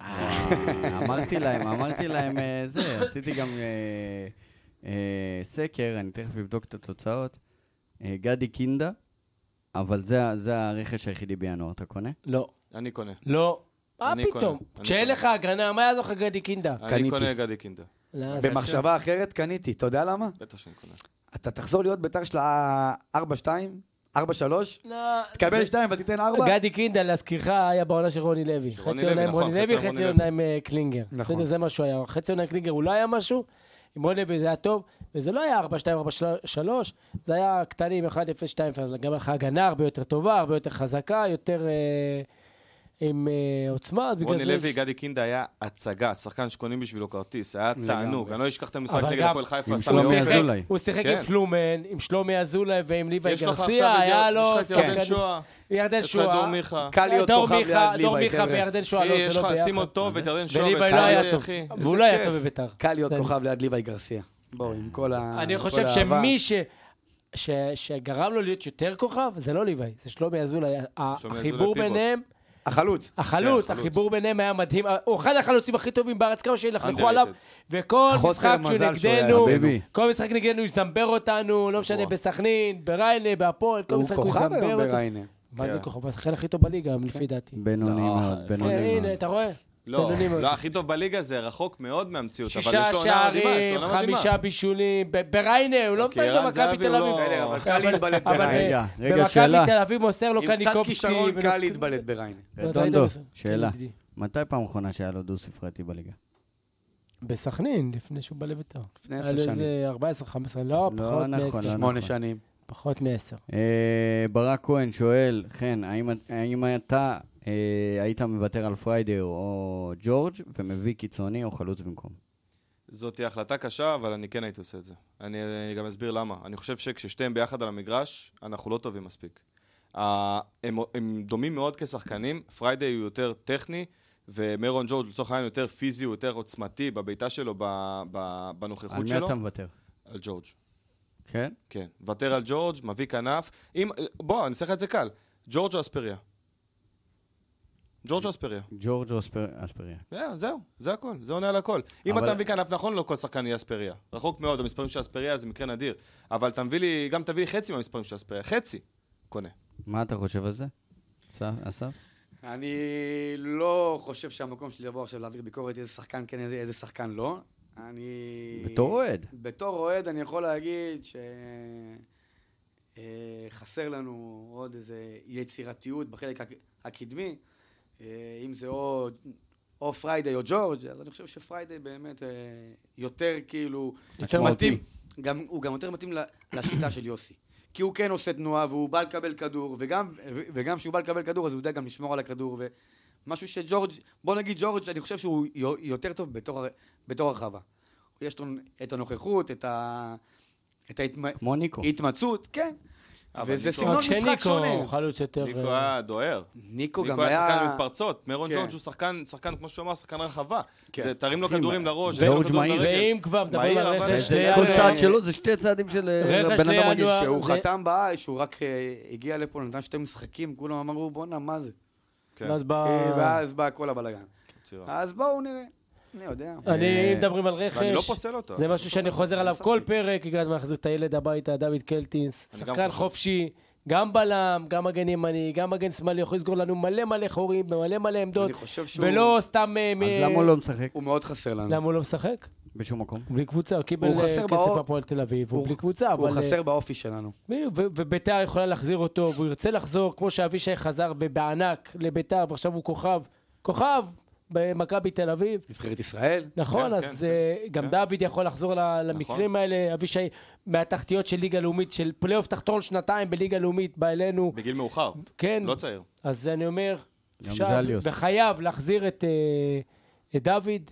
אה, אמרתי להם, אמרתי להם אה, זה, עשיתי גם אה, אה, סקר, אני תכף אבדוק את התוצאות. אה, גדי קינדה, אבל זה, זה הרכש היחידי בינואר, אתה קונה? לא, אני קונה. לא. מה אני פתאום? קונה, אני כשאין קונה. לך הגנה, מה יעזור לך גדי קינדה? אני קניתי. קונה גדי קינדה. לא, זה במחשבה אחרת קניתי, אתה יודע למה? בטח שאני קונה. אתה תחזור להיות בית"ר של ארבע שתיים, ארבע שלוש, לא, תקבל זה- שתיים ותיתן ארבע. גדי קינדה, להזכירך, היה בעונה של רוני לוי. של רוני חצי עונה לוי, עם נכון, רוני חצי לוי, עם חצי רוני עונה עם אה, קלינגר. נכון. בסדר, זה מה שהוא היה. חצי עונה עם קלינגר, הוא לא היה משהו. עם רוני לוי זה היה טוב, וזה לא היה ארבע שתיים, ארבע שלוש, זה היה קטנים, אחד אפס שתיים, גם לך הגנה הרבה יותר טובה, הרבה יותר חזקה, יותר אה, עם אה, עוצמה. בגלל רוני זה- לוי, גדי קינדה היה הצגה, שחקן שקונים בשבילו כרטיס, היה תענוג. אני לא אשכח את המשחק אבל נגד גם- הפועל חיפה, עם עשה שלומי לו הוא אופק. שיחק- אזולאי. הוא שיחק כן. עם פלומן, עם שלומי אזולאי ועם ליוואי יש לך עכשיו גרסיה, היה את לו יש לך את ירדן שחקנים- שואה, ירדן יש לך את דור שואה, מיכה. קל להיות דור כוכב מיכה, ליד דור ליוואי, מיכה חבר'ה. וירדן שואה, אחי, לא, יש זה לא לך ביחד. שים אותו ואת ירדן שואה. וליוואי ואת לא היה חיידי, טוב, אחי. והוא איזה לא היה כיף. טוב בביתר. קל להיות זה- כוכב ליד ליוואי גרסיה. בואו, עם כל ה... אני עם חושב כל האהבה. שמי ש... ש... שגרם לו להיות יותר כוכב, זה לא ליוואי, זה שלומי אזולאי. ה- שלומי החיבור אזולאי פיבוט. ביניהם, החלוץ. החלוץ, כן, החלוץ. החיבור ביניהם היה מדהים. הוא אחד החלוצים הכי טובים בארץ, כמה שילכלכו Underrated. עליו, וכל חוסר משחק שהוא מזל שהוא היה נגדנו, ביבי. כל משחק נגדנו הוא יזמבר אותנו, לא משנה, נכון. בסכנין, בריינה, בהפועל, כל הוא משחק הוא כוכב יזמבר היום אותנו. בריינה. מה זה כן. כוכב? הוא השחקן הכי טוב בליגה, לפי דעתי. בינוני לא, מאוד, כן, בינוני מאוד. הנה, אתה רואה? לא, בינוני מאוד. לא, הכי טוב בליגה זה רחוק מאוד מהמציאות, אבל יש שישה לו עונה מדהימה, יש לו שערים, עונה מדהימה. חמישה בישולים, ב- בריינה, הוא לא אוקיי, משחק ערן במכבי זהבי תל הוא אביב. לא- בסדר, אבל קל אבל- להתבלט אבל- בריינה. רגע, רגע, במכבי שאלה. תל אביב מוסר לו עם קצת קניקובסקי. כישרון קל ונופ- להתבלט בריינה. רדונדו, כן, שאלה. נגדי. מתי פעם אחרונה שהיה לו דו ספרתי בליגה? בסכנין, לפני שהוא בא לביתר. לפני היה עשר לו שנים. איזה ארבע עשרה חמש עשרה, לא, לא פחות נכון, מעשר. לא שמונה נכון. שנים. פחות מעשר. אה, ברק כהן שואל, חן, האם, האם אתה אה, היית מוותר על פריידי או ג'ורג' ומביא קיצוני או חלוץ במקום? זאת תהיה החלטה קשה, אבל אני כן הייתי עושה את זה. אני, אני גם אסביר למה. אני חושב שכששתיהם ביחד על המגרש, אנחנו לא טובים מספיק. Uh, הם, הם דומים מאוד כשחקנים, פריידי הוא יותר טכני, ומרון ג'ורג' לצורך העניין יותר פיזי, הוא יותר עוצמתי בביתה שלו, ב, ב, בנוכחות על מי שלו. אתה מוותר? על ג'ורג'. כן? כן. ותר על ג'ורג', מביא כנף. אם, בוא, אני אעשה לך את זה קל. ג'ורג' או אספריה? ג'ורג' או אספריה. ג'ורג' או אספר- אספריה. Yeah, זהו, זה הכל, זה עונה על הכל. אם אבל- אתה מביא כנף נכון, לא כל שחקן יהיה אספריה. רחוק מאוד, המספרים של אספריה זה מקרה נדיר. אבל תביא לי, גם תביא לי חצי מהמספרים של אספריה. חצי. קונה. מה אתה חושב על זה? אסף? אסף? אני לא חושב שהמקום שלי לבוא עכשיו להעביר ביקורת איזה שחקן כן, איזה, איזה שחקן לא. אני... בתור אוהד. בתור אוהד אני יכול להגיד שחסר לנו עוד איזה יצירתיות בחלק הק- הקדמי. אה, אם זה או, או פריידי או ג'ורג', אז אני חושב שפריידי באמת אה, יותר כאילו... יותר מתאים, גם, הוא גם יותר מתאים לשיטה של יוסי. כי הוא כן עושה תנועה, והוא בא לקבל כדור, וגם, וגם כשהוא בא לקבל כדור, אז הוא יודע גם לשמור על הכדור, ומשהו שג'ורג', בוא נגיד ג'ורג', אני חושב שהוא יותר טוב בתור, בתור הרחבה. יש לו את הנוכחות, את ה... את ההתמצאות, כן. וזה סגנון משחק שונה. ניקו היה דוהר. ניקו גם היה... ניקו היה שחקן מתפרצות. מרון ג'ורג' הוא שחקן, שחקן, כמו שהוא אמר, שחקן רחבה. זה תרים לו כדורים לראש. ג'ורג' מהיר. ואם כבר מדברים על רכש... כל צעד שלו זה שתי צעדים של בן אדם מגיש. שהוא חתם באש, שהוא רק הגיע לפה, נתן שתי משחקים, כולם אמרו, בוא'נה, מה זה? ואז בא כל הבלגן. אז בואו נראה. אני יודע. אני מדברים על רכש. ואני לא פוסל אותו. זה משהו שאני חוזר עליו כל פרק, הגעת להחזיר את הילד הביתה, דוד קלטינס, שחקן חופשי, גם בלם, גם מגן ימני, גם מגן שמאלי, יכול לסגור לנו מלא מלא חורים, במלא מלא עמדות, ולא סתם... אז למה הוא לא משחק? הוא מאוד חסר לנו. למה הוא לא משחק? בשום מקום. בלי קבוצה, הוא קיבל כסף הפועל תל אביב, הוא בלי קבוצה, הוא חסר באופי שלנו. וביתר יכולה להחזיר אותו, והוא ירצה לחזור, כמו שאבישי חזר בענק לביתר, ועכשיו הוא כוכב, כוכב במכבי תל אביב. נבחרת ישראל. נכון, אז גם דוד יכול לחזור למקרים האלה, אבישי מהתחתיות של ליגה לאומית, של פלייאוף תחתון שנתיים בליגה לאומית, בא אלינו. בגיל מאוחר, לא צעיר. אז אני אומר, וחייב להחזיר את דוד,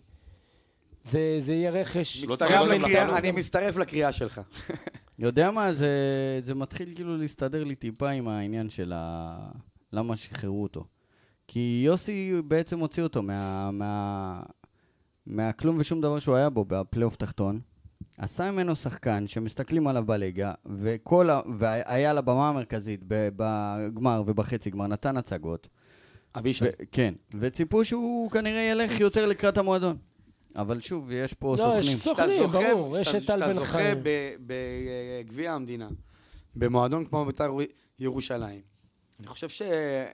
זה יהיה רכש. אני מצטרף לקריאה שלך. יודע מה, זה מתחיל כאילו להסתדר לי טיפה עם העניין של למה שחררו אותו. כי יוסי בעצם הוציא אותו מה, מה, מהכלום ושום דבר שהוא היה בו בפלייאוף תחתון. עשה ממנו שחקן שמסתכלים עליו בליגה, וכל, והיה לבמה המרכזית בגמר ובחצי גמר, נתן הצגות. אבישי. כן, וציפו שהוא כנראה ילך יותר לקראת המועדון. אבל שוב, יש פה לא, סוכנים. יש סוכנים, ברור. יש את טל בן חיים. שאתה זוכה בגביע המדינה, במועדון כמו בית"ר ירושלים. אני חושב ש...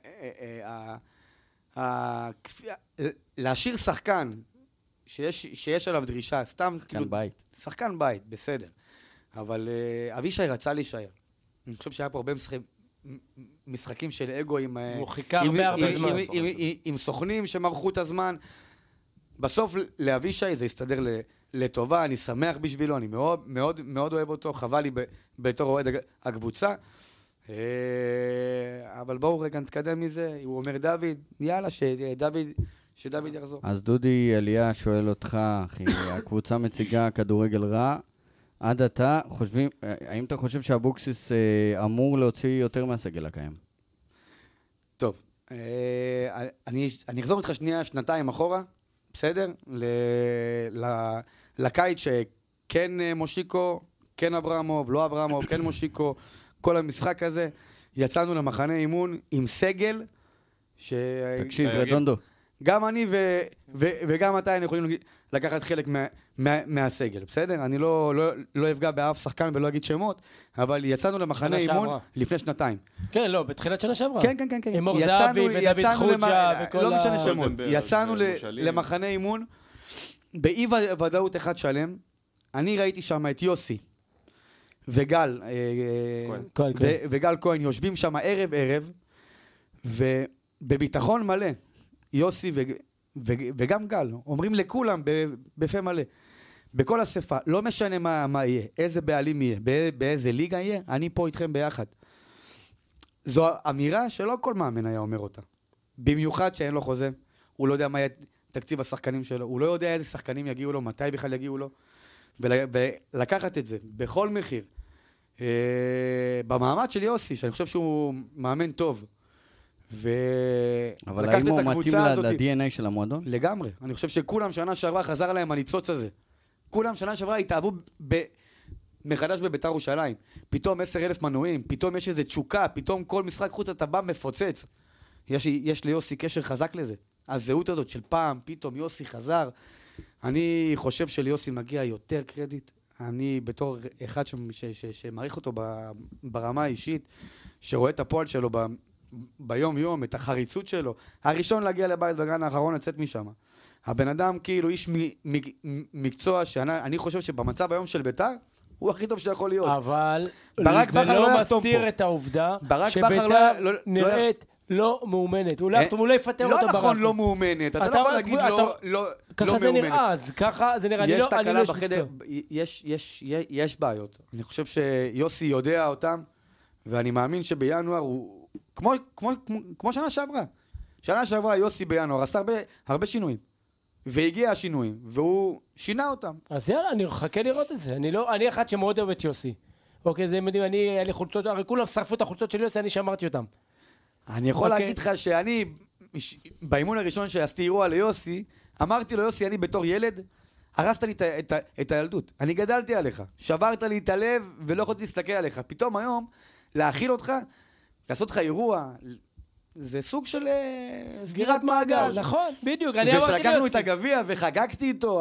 להשאיר שחקן שיש, שיש עליו דרישה, סתם... שחקן כאילו, בית. שחקן בית, בסדר. אבל uh, אבישי רצה להישאר. אני חושב שהיה פה הרבה משחקים, משחקים של אגו עם... הוא חיכה הרבה הרבה זמן. עם, עם, עם, עם סוכנים שמרחו את הזמן. בסוף לאבישי זה הסתדר לטובה, אני שמח בשבילו, אני מאוד מאוד מאוד אוהב אותו, חבל לי בתור אוהד הקבוצה. אבל בואו רגע נתקדם מזה, הוא אומר דוד, יאללה, שדוד, שדוד יחזור. אז דודי אליה שואל אותך, אחי, הקבוצה מציגה כדורגל רע, עד אתה חושבים, האם אתה חושב שאבוקסיס אמור להוציא יותר מהסגל הקיים? טוב, אני, אני אחזור איתך שנייה, שנתיים אחורה, בסדר? ל, ל, לקיץ שכן מושיקו, כן אברמוב, לא אברמוב, כן מושיקו, כל המשחק הזה, יצאנו למחנה אימון עם סגל, ש... תקשיב, רדונדו. גם אני ו... ו... וגם אתה יכולים לקחת חלק מה... מה... מהסגל, בסדר? אני לא, לא, לא אפגע באף שחקן ולא אגיד שמות, אבל יצאנו למחנה אימון לפני שנתיים. כן, לא, בתחילת שנה שעברה. כן, כן, כן, כן. עם אור זהבי ודוד חוג'ה וכל ה... לא משנה שמות. יצאנו ל... למחנה אימון, באי ודאות אחד שלם, אני ראיתי שם את יוסי, וגל, וגל כהן יושבים שם ערב ערב, ובביטחון מלא, יוסי וגם גל, אומרים לכולם בפה מלא, בכל השפה, לא משנה מה יהיה, איזה בעלים יהיה, באיזה ליגה יהיה, אני פה איתכם ביחד. זו אמירה שלא כל מאמן היה אומר אותה. במיוחד שאין לו חוזה, הוא לא יודע מה יהיה תקציב השחקנים שלו, הוא לא יודע איזה שחקנים יגיעו לו, מתי בכלל יגיעו לו, ולקחת את זה בכל מחיר. במעמד של יוסי, שאני חושב שהוא מאמן טוב, אבל האם הוא מתאים ל-די אן איי של המועדון? לגמרי. אני חושב שכולם שנה שעברה חזר להם הניצוץ הזה. כולם שנה שעברה התאהבו מחדש בבית"ר ירושלים. פתאום עשרת אלפים מנויים, פתאום יש איזו תשוקה, פתאום כל משחק חוץ אתה בא מפוצץ. יש, יש ליוסי קשר חזק לזה. הזהות הזאת של פעם, פתאום יוסי חזר. אני חושב שליוסי מגיע יותר קרדיט. אני בתור אחד ש, ש, ש, שמעריך אותו ב, ברמה האישית, שרואה את הפועל שלו ב, ביום יום, את החריצות שלו. הראשון להגיע לבית בגן האחרון לצאת משם. הבן אדם כאילו איש מ, מ, מ, מקצוע שאני חושב שבמצב היום של בית"ר, הוא הכי טוב שיכול להיות. אבל זה לא מסתיר את העובדה שבית"ר נראית לא מאומנת. אולי לא יפטר אותה ברק. לא נכון לא מאומנת, אתה לא יכול להגיד לא מאומנת. ככה זה נראה, אז ככה זה נראה, אני לא יש בחדר, יש בעיות. אני חושב שיוסי יודע אותם, ואני מאמין שבינואר הוא, כמו שנה שעברה, שנה שעברה יוסי בינואר עשה הרבה שינויים, והגיע השינויים, והוא שינה אותם. אז יאללה, אני חכה לראות את זה. אני אחד שמאוד אוהב את יוסי. אוקיי, זה מדהים, אני, היה לי חולצות, הרי כולם שרפו את החולצות של יוסי, אני שמרתי אותם. אני יכול להגיד לך שאני, באימון הראשון שעשיתי אירוע ליוסי, אמרתי לו, יוסי, אני בתור ילד, הרסת לי את הילדות. אני גדלתי עליך, שברת לי את הלב, ולא יכולתי להסתכל עליך. פתאום היום, להאכיל אותך, לעשות לך אירוע, זה סוג של סגירת מעגל. נכון, בדיוק. ושלקחנו את הגביע וחגגתי איתו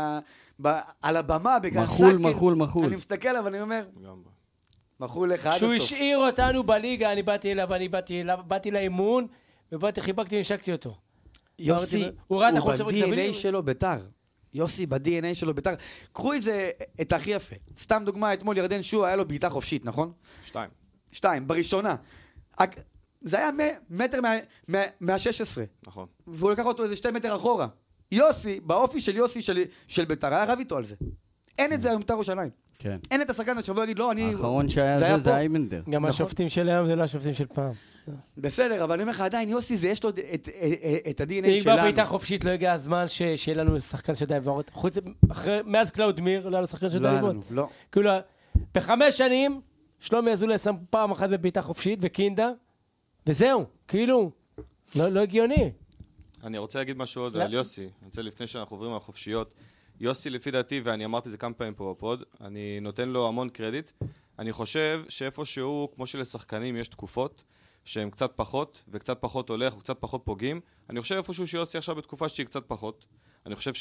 על הבמה בגן סאקר. מחול, מחול, מחול. אני מסתכל עליו ואני אומר, מחול לך עד הסוף. שהוא השאיר אותנו בליגה, אני באתי אליו, אני באתי לאימון, ובאתי, חיבקתי ונשקתי אותו. יוסי, הוא ב-די אן איי שלו ביתר. יוסי ב-די אן איי שלו ביתר. קחו איזה, את הכי יפה. סתם דוגמה, אתמול ירדן שועה, היה לו בעיטה חופשית, נכון? שתיים. שתיים, בראשונה. זה היה מטר מה-שש עשרה. נכון. והוא לקח אותו איזה שתי מטר אחורה. יוסי, באופי של יוסי של ביתר, היה רב איתו על זה. אין את זה היום ביתר ירושלים. כן. אין את השחקן השבוע להגיד, לא, אני... האחרון שהיה זה, זה אייבנדר. גם השופטים של היום זה לא השופטים של פעם. בסדר, אבל אני אומר לך, עדיין, יוסי, זה יש לו את ה-די אן איי שלנו. אם בעיטה חופשית לא הגיע הזמן שיהיה לנו שחקן של דייבורת. מאז קלאודמיר, לא היה לו שחקן של דייבורת. לא, לא. כאילו, בחמש שנים, שלומי אזולאי שם פעם אחת בבעיטה חופשית, וקינדה, וזהו, כאילו, לא הגיוני. אני רוצה להגיד משהו עוד על יוסי. אני רוצה לפני שאנחנו עוברים על החופשיות. יוסי, לפי דעתי, ואני אמרתי זה כמה פעמים פה בפוד, אני נותן לו המון קרדיט. אני חושב שאיפה שהוא, כמו שלשחקנים יש תקופות, שהם קצת פחות, וקצת פחות הולך, וקצת פחות פוגעים. אני חושב איפשהו שיוסי עכשיו בתקופה שהיא קצת פחות. אני חושב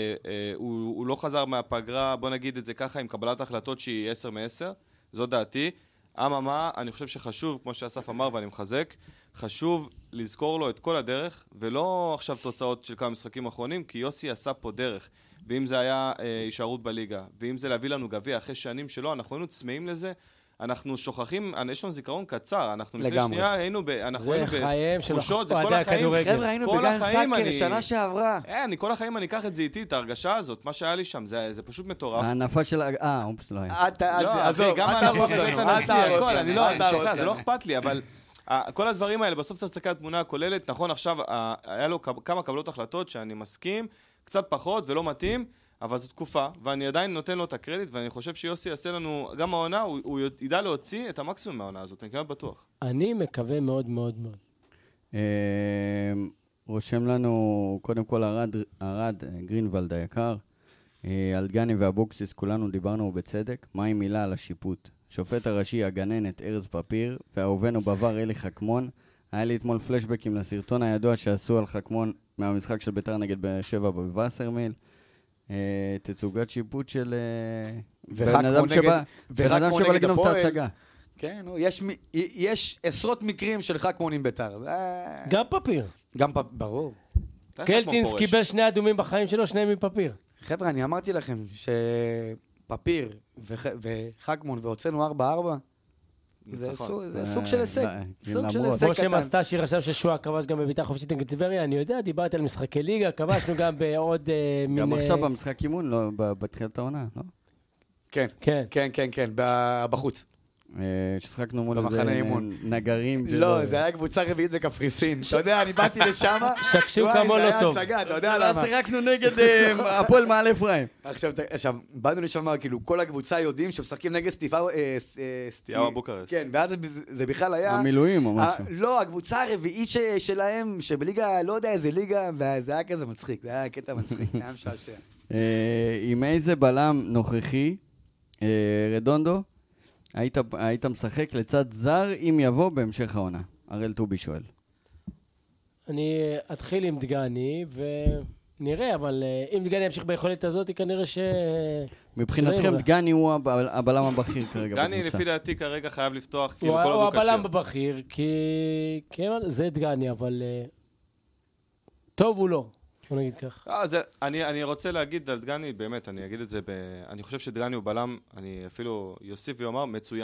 שהוא לא חזר מהפגרה, בוא נגיד את זה ככה, עם קבלת החלטות שהיא עשר מעשר. זו דעתי. אממה, אני חושב שחשוב, כמו שאסף אמר ואני מחזק, חשוב לזכור לו את כל הדרך, ולא עכשיו תוצאות של כמה משחקים אחרונים, כי יוסי עשה פה דרך. ואם זה היה אה, הישארות בליגה, ואם זה להביא לנו גביע אחרי שנים שלו, אנחנו היינו צמאים לזה, אנחנו שוכחים, יש לנו זיכרון קצר, אנחנו לפני שנייה היינו בתחושות, זה כל החיים, חבר'ה, היינו בגן סאקר, שנה שעברה. אה, אני כל החיים אני אקח את זה איתי, את ההרגשה הזאת, מה שהיה לי שם, זה פשוט מטורף. הענפה של... אה, אופס, לא היה. לא, אחי, גם הענפה בבית הנשיא, הכל, אני לא, זה לא אכפת לי, אבל כל הדברים האלה, בסוף צריך להסתכל על התמונה הכוללת, נכון, עכשיו היה לו כמה קבלות החלטות שאני מסכים, קצת פחות ולא מתאים, אבל זו תקופה, ואני עדיין נותן לו את הקרדיט, ואני חושב שיוסי יעשה לנו, גם העונה, הוא, הוא ידע להוציא את המקסימום מהעונה הזאת, אני כמעט בטוח. אני מקווה מאוד מאוד מאוד. רושם לנו, קודם כל, ארד, ארד גרינוולד היקר, על דגני ואבוקסיס, כולנו דיברנו בצדק, מה עם מילה על השיפוט? שופט הראשי, הגננת, ארז פפיר, והאהובנו בעבר אלי חכמון, היה לי אתמול פלשבקים לסרטון הידוע שעשו על חכמון מהמשחק של ביתר נגד בשבע בווסרמיל, תצוגת שיפוט של בן אדם שבא לגנוב את ההצגה. כן, יש עשרות מקרים של חכמון עם ביתר. גם פפיר. גם פפיר, ברור. קלטינס קיבל שני אדומים בחיים שלו, שניהם מפפיר. חבר'ה, אני אמרתי לכם שפפיר וחכמון והוצאנו ארבע ארבע, זה סוג של הישג. סוג של הישג קטן. כמו שמסטשי רשם ששועה כבש גם בביתה חופשית נגד טבריה, אני יודע, דיברתי על משחקי ליגה, כבשנו גם בעוד מין... גם עכשיו במשחק אימון, לא, בתחילת העונה, לא? כן, כן, כן, כן, בחוץ. ששחקנו מול איזה נגרים. לא, זה היה קבוצה רביעית בקפריסין. אתה יודע, אני באתי לשם. שקשו כמו לא טוב. זה היה הצגה, אתה יודע למה. שיחקנו נגד הפועל מעלה אפרים. עכשיו, באנו לשם, כאילו, כל הקבוצה יודעים שמשחקים נגד סטיהו בוקרשט. כן, ואז זה בכלל היה... המילואים או משהו. לא, הקבוצה הרביעית שלהם, שבליגה, לא יודע איזה ליגה, וזה היה כזה מצחיק, זה היה קטע מצחיק, היה משעשע. עם איזה בלם נוכחי, רדונדו, היית, היית משחק לצד זר אם יבוא בהמשך העונה. אראל טובי שואל. אני אתחיל עם דגני ונראה, אבל אם דגני ימשיך ביכולת הזאת, כנראה ש... מבחינתכם דגני הוא הבלם הבכיר כרגע. דגני לפי דעתי כרגע חייב לפתוח, כאילו כל עוד הוא קשה. הוא הבלם הבכיר, כי... זה דגני, אבל... טוב הוא לא. בוא נגיד כך. אה, זה, אני, אני רוצה להגיד על דגני, באמת, אני אגיד את זה, ב, אני חושב שדגני הוא בלם, אני אפילו יוסיף ויאמר, מצוין.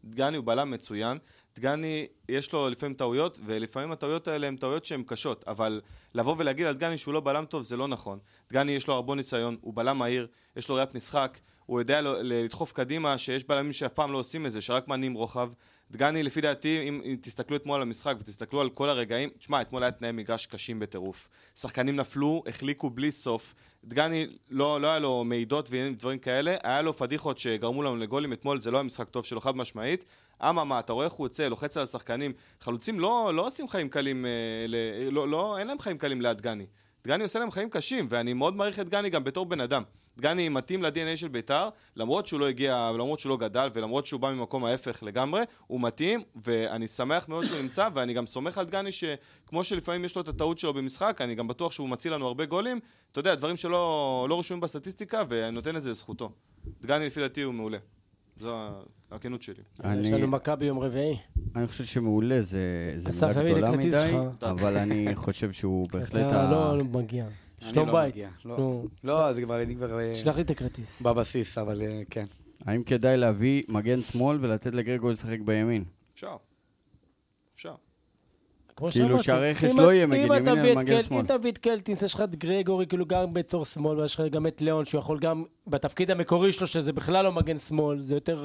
דגני הוא בלם מצוין, דגני יש לו לפעמים טעויות, ולפעמים הטעויות האלה הן טעויות שהן קשות, אבל לבוא ולהגיד על דגני שהוא לא בלם טוב זה לא נכון. דגני יש לו הרבה ניסיון, הוא בלם מהיר, יש לו ראיית משחק, הוא יודע לדחוף קדימה, שיש בלמים שאף פעם לא עושים את זה, שרק מניעים רוחב. דגני, לפי דעתי, אם, אם תסתכלו אתמול על המשחק ותסתכלו על כל הרגעים, תשמע, אתמול היה תנאי מגרש קשים בטירוף. שחקנים נפלו, החליקו בלי סוף. דגני, לא, לא היה לו מידות ודברים כאלה, היה לו פדיחות שגרמו לנו לגולים. אתמול זה לא היה משחק טוב שלו חד משמעית. אמה, מה, אתה רואה איך הוא יוצא, לוחץ על השחקנים. חלוצים לא, לא עושים חיים קלים, ל, לא, לא, אין להם חיים קלים ליד דגני. דגני עושה להם חיים קשים, ואני מאוד מעריך את דגני גם בתור בן אדם. דגני מתאים ל-די אן איי של בית"ר, למרות שהוא לא הגיע, למרות שהוא לא גדל, ולמרות שהוא בא ממקום ההפך לגמרי, הוא מתאים, ואני שמח מאוד שהוא נמצא, ואני גם סומך על דגני שכמו שלפעמים יש לו את הטעות שלו במשחק, אני גם בטוח שהוא מציל לנו הרבה גולים, אתה יודע, דברים שלא לא רשומים בסטטיסטיקה, ונותן את זה לזכותו. דגני לפי דעתי הוא מעולה. זו הכנות שלי. יש לנו מכבי ביום רביעי. אני חושב שמעולה זה מילה גדולה מדי, אבל אני חושב שהוא בהחלט... אתה לא מגיע. שלום בית. לא, זה כבר... שלח לי את הכרטיס. בבסיס, אבל כן. האם כדאי להביא מגן שמאל ולתת לגרגו לשחק בימין? אפשר. אפשר. כאילו שהרכש לא יהיה מגן ימין אלא מגן שמאל. אם תביא את קלטינס, יש לך את גרגורי כאילו גם בתור שמאל, ויש לך גם את ליאון, שהוא יכול גם בתפקיד המקורי שלו, שזה בכלל לא מגן שמאל, זה יותר...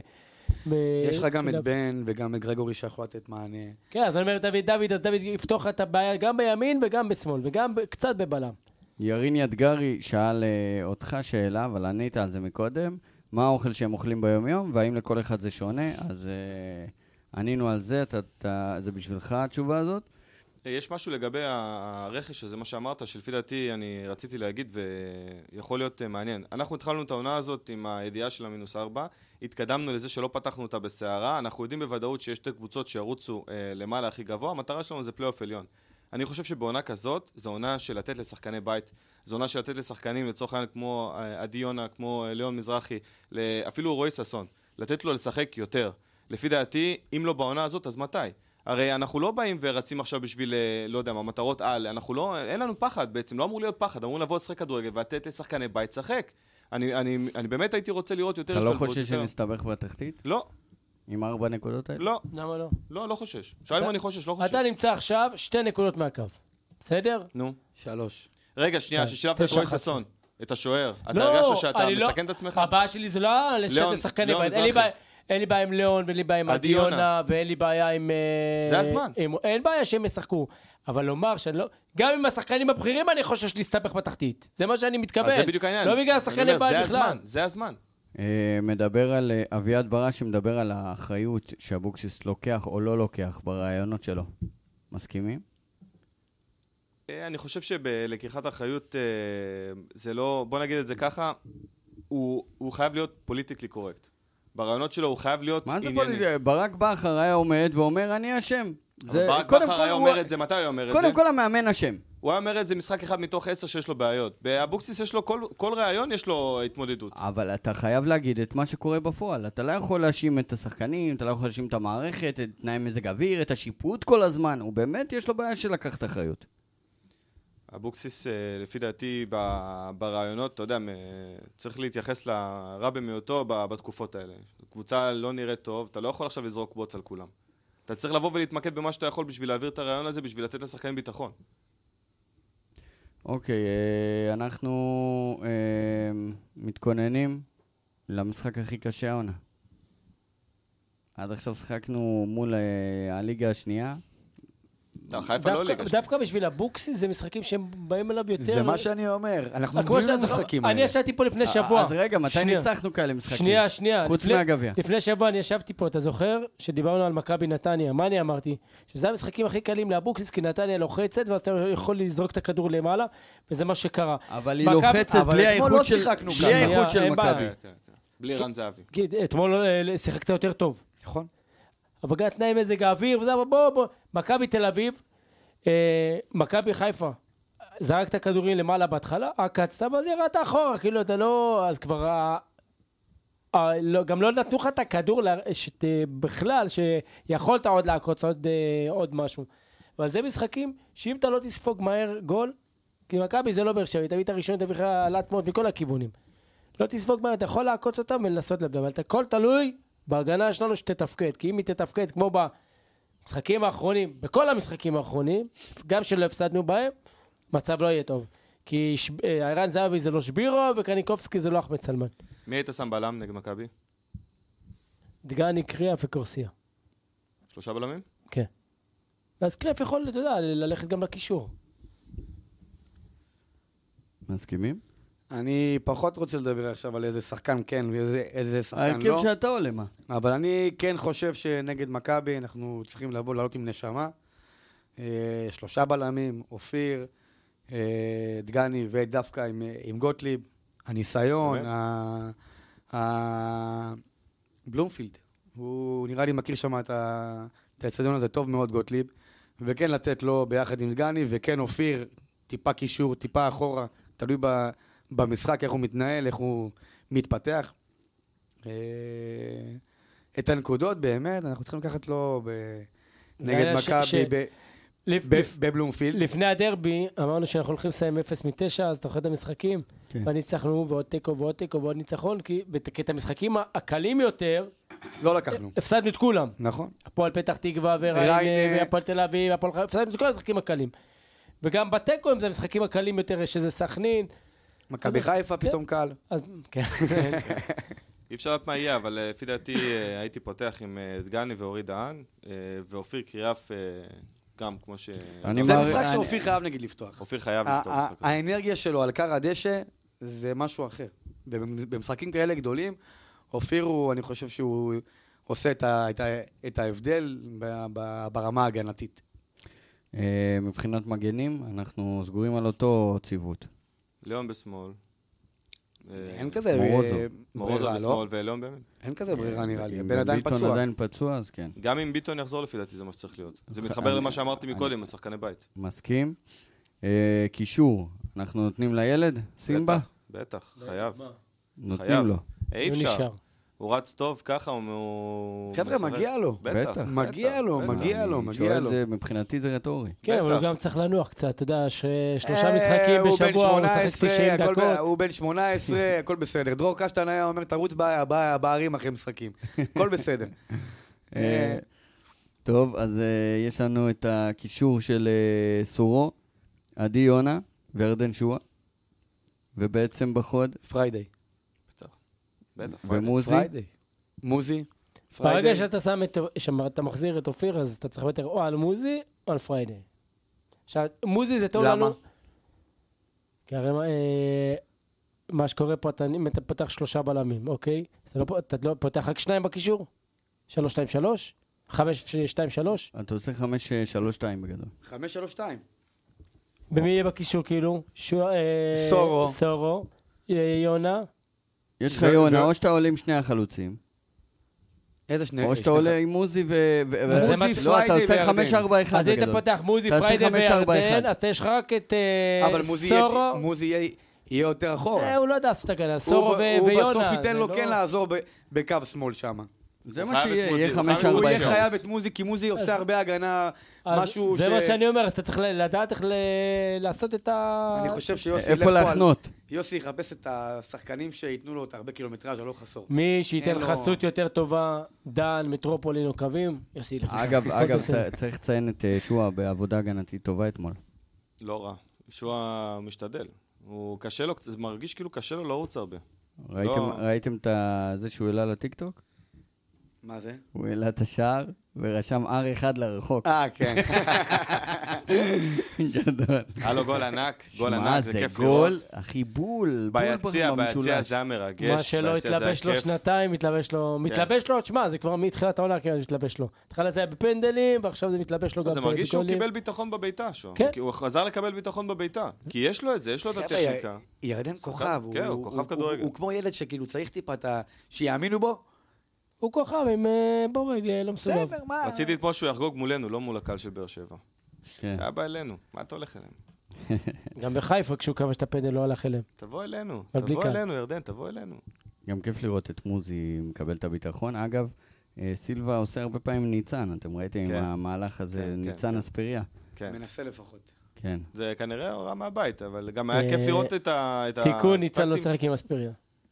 יש לך גם את בן וגם את גרגורי שיכול לתת מענה. כן, אז אני אומר, דוד, דוד, אז דוד יפתוח את הבעיה גם בימין וגם בשמאל, וגם קצת בבלם. ירין ידגרי שאל אותך שאלה, אבל ענית על זה מקודם, מה האוכל שהם אוכלים ביום יום, והאם לכל אחד זה שונה, אז ענינו על זה, זה בשבילך התשובה הזאת? יש משהו לגבי הרכש, שזה מה שאמרת, שלפי דעתי אני רציתי להגיד ויכול להיות מעניין. אנחנו התחלנו את העונה הזאת עם הידיעה של המינוס ארבע, התקדמנו לזה שלא פתחנו אותה בסערה, אנחנו יודעים בוודאות שיש שתי קבוצות שירוצו אה, למעלה הכי גבוה, המטרה שלנו זה פלייאוף עליון. אני חושב שבעונה כזאת, זו עונה של לתת לשחקני בית, זו עונה של לתת לשחקנים לצורך העניין כמו עדי יונה, כמו ליאון מזרחי, אפילו רועי ססון, לתת לו לשחק יותר. לפי דעתי, אם לא בעונה הזאת, אז מתי? הרי אנחנו לא באים ורצים עכשיו בשביל, לא יודע מה, מטרות על, אנחנו לא, אין לנו פחד בעצם, לא אמור להיות פחד, אמור לבוא לשחק כדורגל ולתת לשחקני בית שחק. אני, אני, אני באמת הייתי רוצה לראות יותר... אתה לא חושש שנסתבך בתחתית? לא. עם ארבע נקודות האלה? לא. למה לא? לא, לא חושש. שאל אם אני חושש, לא חושש. אתה נמצא עכשיו שתי נקודות מהקו. בסדר? נו. שלוש. רגע, שנייה, ששילבת את רועי ססון, את השוער. אתה הרגשת שאתה מסכן את עצמך? הבעיה שלי זה לא לשחקני בית. אין לי בעיה עם ליאון, ואין לי בעיה עם עדי יונה, ואין לי בעיה עם... זה הזמן. אין בעיה שהם ישחקו. אבל לומר שאני לא... גם עם השחקנים הבכירים אני חושש להסתבך בתחתית. זה מה שאני מתקבל. אז זה בדיוק העניין. לא בגלל השחקני בית בכלל. זה הזמן. מדבר על אביעד ברש, שמדבר על האחריות שאבוקסיס לוקח או לא לוקח ברעיונות שלו. מסכימים? אני חושב שבלקיחת האחריות זה לא... בוא נגיד את זה ככה, הוא חייב להיות פוליטיקלי קורקט. ברעיונות שלו הוא חייב להיות ענייני. מה זה פוליטי? ברק בכר היה עומד ואומר, אני אשם. ברק בכר היה אומר את זה, מתי הוא אומר את זה? קודם כל המאמן אשם. הוא היה אומר את זה משחק אחד מתוך עשר שיש לו בעיות. באבוקסיס יש לו, כל רעיון יש לו התמודדות. אבל אתה חייב להגיד את מה שקורה בפועל. אתה לא יכול להאשים את השחקנים, אתה לא יכול להאשים את המערכת, את תנאי מזג אוויר, את השיפוט כל הזמן. הוא באמת יש לו בעיה של לקחת אחריות. אבוקסיס, לפי דעתי, ברעיונות, אתה יודע, צריך להתייחס לרע במיעוטו בתקופות האלה. קבוצה לא נראית טוב, אתה לא יכול עכשיו לזרוק בוץ על כולם. אתה צריך לבוא ולהתמקד במה שאתה יכול בשביל להעביר את הרעיון הזה, בשביל לתת לשחקנים ביטחון. אוקיי, אנחנו מתכוננים למשחק הכי קשה העונה. עד עכשיו שחקנו מול הליגה השנייה. דווקא בשביל הבוקסיס זה משחקים שהם באים אליו יותר... זה מה שאני אומר, אנחנו גבולים למשחקים האלה. אני ישבתי פה לפני שבוע. אז רגע, מתי ניצחנו כאלה משחקים? שנייה, שנייה. חוץ מהגביע. לפני שבוע אני ישבתי פה, אתה זוכר? שדיברנו על מכבי נתניה. מה אני אמרתי? שזה המשחקים הכי קלים לאבוקסיס, כי נתניה לוחצת, ואז אתה יכול לזרוק את הכדור למעלה, וזה מה שקרה. אבל היא לוחצת בלי האיכות של מכבי. בלי רן זהבי. אתמול שיחקת יותר טוב. נכון. אבל גם תנאי מזג האוויר, וזה, בוא, בוא, מכבי תל אביב, אה, מכבי חיפה, זרק את הכדורים למעלה בהתחלה, הקצת, ואז ירדת אחורה, כאילו אתה לא, אז כבר, אה, אה, לא, גם לא נתנו לך את הכדור שת, בכלל, שיכולת עוד לעקוץ עוד, אה, עוד משהו. אבל זה משחקים, שאם אתה לא תספוג מהר גול, כי מכבי זה לא באר שבע, תביא את הראשון, תביא לך עלת מאוד מכל הכיוונים. לא תספוג מהר, אתה יכול לעקוץ אותם ולנסות לבד, אבל אתה כל תלוי בהגנה שלנו שתתפקד, כי אם היא תתפקד כמו במשחקים האחרונים, בכל המשחקים האחרונים, גם שלא הפסדנו בהם, מצב לא יהיה טוב. כי ערן זהבי זה לא שבירו, וקניקובסקי זה לא אחמד סלמן. מי היית שם בלם נגד מכבי? דגני, קריאף וקורסיה. שלושה בלמים? כן. ואז קריאף יכול, אתה יודע, ללכת גם לקישור. מסכימים? אני פחות רוצה לדבר עכשיו על איזה שחקן כן ואיזה שחקן לא. ההרכב שאתה עולה, מה? אבל אני כן חושב שנגד מכבי אנחנו צריכים לבוא, לעלות עם נשמה. אה, שלושה בלמים, אופיר, אה, דגני ודווקא עם, עם גוטליב. הניסיון, ה... ה... בלומפילד. הוא נראה לי מכיר שם את, ה... את האצטדיון הזה טוב מאוד, גוטליב. וכן לתת לו ביחד עם דגני, וכן אופיר, טיפה קישור, טיפה אחורה, תלוי ב... במשחק, איך הוא מתנהל, איך הוא מתפתח. את הנקודות, באמת, אנחנו צריכים לקחת לו נגד מכבי בבלומפילד. לפני הדרבי, אמרנו שאנחנו הולכים לסיים אפס מתשע, אז אתה אוכל את המשחקים, וניצחנו ועוד תיקו ועוד תיקו ועוד ניצחון, כי את המשחקים הקלים יותר, לא לקחנו. הפסדנו את כולם. נכון. הפועל פתח תקווה וריינה, והפועל תל אביב, הפסדנו את כל המשחקים הקלים. וגם בתיקו הם זה המשחקים הקלים יותר, שזה סכנין, מכבי חיפה פתאום קל. אז כן. אי אפשר לדעת מה יהיה, אבל לפי דעתי הייתי פותח עם דגני ואורי דהן, ואופיר קריאף גם כמו ש... זה משחק שאופיר חייב נגיד לפתוח. אופיר חייב לפתוח. האנרגיה שלו על קר הדשא זה משהו אחר. במשחקים כאלה גדולים, אופיר הוא, אני חושב שהוא עושה את ההבדל ברמה ההגנתית. מבחינת מגנים, אנחנו סגורים על אותו ציוות. ליאון בשמאל. אין כזה מורוזו. מורוזו בשמאל וליאון באמת. אין כזה ברירה נראה לי. בן עדיין פצוע. ביטון עדיין פצוע, אז כן. גם אם ביטון יחזור לפי דעתי זה מה שצריך להיות. זה מתחבר למה שאמרתי מקודם, השחקני בית. מסכים. קישור, אנחנו נותנים לילד? סימבה? בטח, חייב. נותנים לו. אי אפשר. הוא רץ טוב ככה, הוא... חבר'ה, מגיע לו. בטח. מגיע לו, מגיע לו, מגיע לו. מבחינתי זה רטורי. כן, אבל הוא גם צריך לנוח קצת, אתה יודע, שלושה משחקים בשבוע, הוא משחק תשעים דקות. הוא בן שמונה עשרה, הכל בסדר. דרור קשטן היה אומר, תרוץ בערים אחרי משחקים. הכל בסדר. טוב, אז יש לנו את הקישור של סורו, עדי יונה וירדן שואה, ובעצם בחוד פריידי. ומוזי. מוזי. ברגע שאתה שם את, שאתה מחזיר את אופיר, אז אתה צריך יותר או על מוזי או על פריידי. עכשיו, מוזי זה טוב לנו. למה? כי הרי מה שקורה פה, אתה פותח שלושה בלמים, אוקיי? אתה לא פותח רק שניים בקישור? שלוש, שתיים, שלוש? חמש, שתיים, שלוש? אתה עושה חמש, שלוש, שתיים בגדול. חמש, שלוש, שתיים. במי יהיה בקישור כאילו? סורו. סורו. יונה. יש לך יונה, או שאתה עולה עם שני החלוצים. איזה שני? או שאתה עולה עם מוזי ו... מוזי, לא, אתה עושה חמש ארבע אחד אז היית פותח מוזי, פריידי וירדן, אז יש לך רק את סורו. אבל מוזי יהיה יותר אחורה. הוא לא יודע לעשות הגנה, סורו ויונה. הוא בסוף ייתן לו כן לעזור בקו שמאל שם. זה מה שיהיה, יהיה חמש ארבע אחד. הוא יהיה חייב את מוזי, כי מוזי עושה הרבה הגנה, משהו ש... זה מה שאני אומר, אתה צריך לדעת איך לעשות את ה... אני חושב שיוסי... איפה להחנות? יוסי יחפש את השחקנים שיתנו לו את הרבה קילומטראז' הלא חסור. מי שייתן חסות יותר טובה, דן, מטרופולין או קווים, יוסי ילך. אגב, אגב, צריך לציין את שואה בעבודה הגנתית טובה אתמול. לא רע. שואה משתדל. הוא קשה לו, זה מרגיש כאילו קשה לו לרוץ הרבה. ראיתם את זה שהוא העלה לטיקטוק? מה זה? הוא העלה את השער ורשם אר אחד לרחוק. אה, כן. גדול. היה לו גול ענק, גול ענק, זה כיף לראות. גול, אחי, בול. ביציע, ביציע זה המרגש. מה שלא התלבש לו שנתיים, מתלבש לו, מתלבש לו, תשמע, זה כבר מתחילת העונה, כן, מתלבש לו. התחילה זה היה בפנדלים, ועכשיו זה מתלבש לו גם בגולים. זה מרגיש שהוא קיבל ביטחון בביתה, שו. הוא חזר לקבל ביטחון בביתה. כי יש לו את זה, יש לו את הטכניקה. ירדן כוכב. כן, הוא כוכב כדורגל. הוא כמו ילד שכאילו צריך טיפה שיאמינו בו. הוא כוכב עם בורג, לא מסוגב. בסדר, מה? רציתי אתמול שהוא יחגוג מולנו, לא מול הקהל של באר שבע. שהיה בא אלינו, מה אתה הולך אליהם? גם בחיפה, כשהוא כבש את הפנדל, לא הלך אליהם. תבוא אלינו, תבוא אלינו, ירדן, תבוא אלינו. גם כיף לראות את מוזי מקבל את הביטחון. אגב, סילבה עושה הרבה פעמים ניצן, אתם ראיתם עם המהלך הזה, ניצן אספריה. מנסה לפחות. כן. זה כנראה הוראה מהבית, אבל גם היה כיף לראות את ה... תיקון ניצן לא שחק עם אספריה.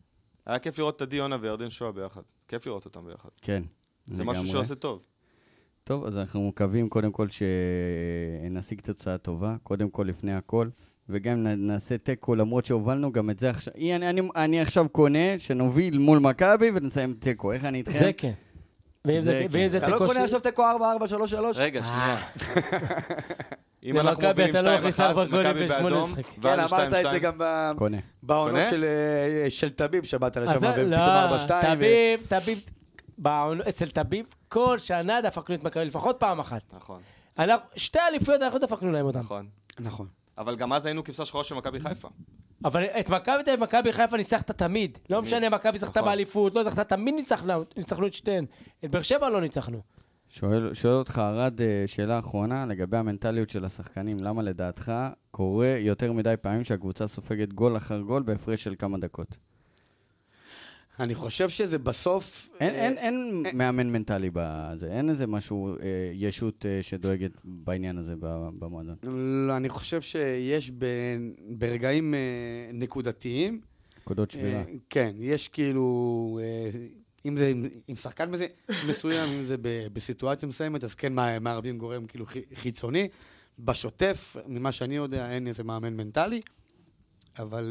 היה כיף לראות את עדי יונה וירדן שואה ביחד. כיף לראות אותם ביחד. כן. זה משהו שעושה טוב. טוב, אז אנחנו מקווים קודם כל שנשיג תוצאה טובה, קודם כל לפני הכל, וגם נעשה תיקו, למרות שהובלנו גם את זה עכשיו. אני, אני, אני עכשיו קונה שנוביל מול מכבי ונסיים תיקו. איך אני איתכם? זה כן. ואם זה אתה לא קונה עכשיו תיקו ארבע ארבע שלוש שלוש? רגע, שנייה. אם אנחנו מובילים שתיים אחת, מכבי באדום, כן, אמרת את זה גם בעונות של טביב, שבאת לשם ופתאום ארבע שתיים. טביב, טביב, אצל טביב, כל שנה דפקנו את מכבי, לפחות פעם אחת. נכון. שתי אליפויות אנחנו דפקנו להם אותם. נכון. נכון. אבל גם אז היינו כבשה שחורה של מכבי חיפה. אבל את מכבי תל אביב, מכבי חיפה ניצחת תמיד. לא משנה, מכבי זכתה באליפות, לא זכתה, תמיד ניצחנו את שתיהן. את באר שבע לא ניצחנו. שואל, שואל אותך, ארד, שאלה אחרונה, לגבי המנטליות של השחקנים, למה לדעתך קורה יותר מדי פעמים שהקבוצה סופגת גול אחר גול בהפרש של כמה דקות? אני חושב שזה בסוף... אין, אין, אין מאמן מנטלי בזה, אין איזה משהו, ישות שדואגת בעניין הזה במועדון. לא, אני חושב שיש ברגעים נקודתיים... נקודות שבירה. כן, יש כאילו... אם זה עם שחקן בזה מסוים, אם זה בסיטואציה מסוימת, אז כן מערבים גורם כאילו חיצוני. בשוטף, ממה שאני יודע, אין איזה מאמן מנטלי, אבל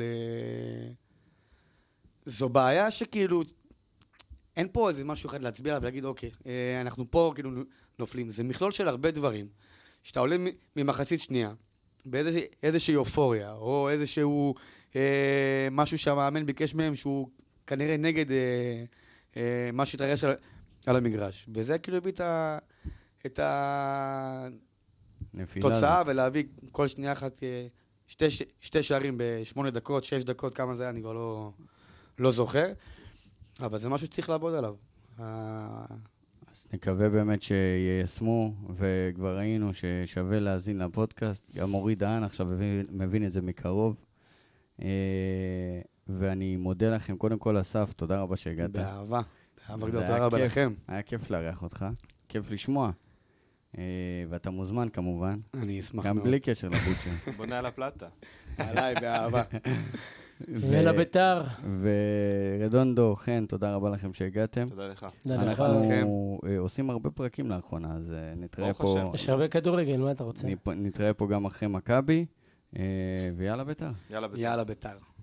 זו בעיה שכאילו, אין פה איזה משהו אחד להצביע עליו ולהגיד, אוקיי, אנחנו פה כאילו נופלים. זה מכלול של הרבה דברים, שאתה עולה ממחצית שנייה, באיזושהי אופוריה, או איזשהו משהו שהמאמן ביקש מהם, שהוא כנראה נגד... מה שהתרחש על, על המגרש. וזה כאילו הביא את התוצאה, ולהביא כל שנייה אחת שתי, שתי שערים בשמונה דקות, שש דקות, כמה זה היה, אני כבר לא, לא זוכר. אבל זה משהו שצריך לעבוד עליו. אז נקווה באמת שיישמו, וכבר ראינו ששווה להאזין לפודקאסט. גם אורי דהן עכשיו מבין, מבין את זה מקרוב. ואני מודה לכם, קודם כל אסף, תודה רבה שהגעת. באהבה, באהבה גדולה, תודה רבה לכם. היה כיף לארח אותך, כיף לשמוע. ואתה מוזמן כמובן. אני אשמח מאוד. גם בלי קשר לבוצ'ה. בונה על הפלטה. עליי, באהבה. ויאללה ביתר. ורדונדו, חן, תודה רבה לכם שהגעתם. תודה לך. אנחנו עושים הרבה פרקים לאחרונה, אז נתראה פה. יש הרבה כדורגל, מה אתה רוצה? נתראה פה גם אחרי מכבי, ויאללה ביתר. יאללה ביתר. יאללה ביתר.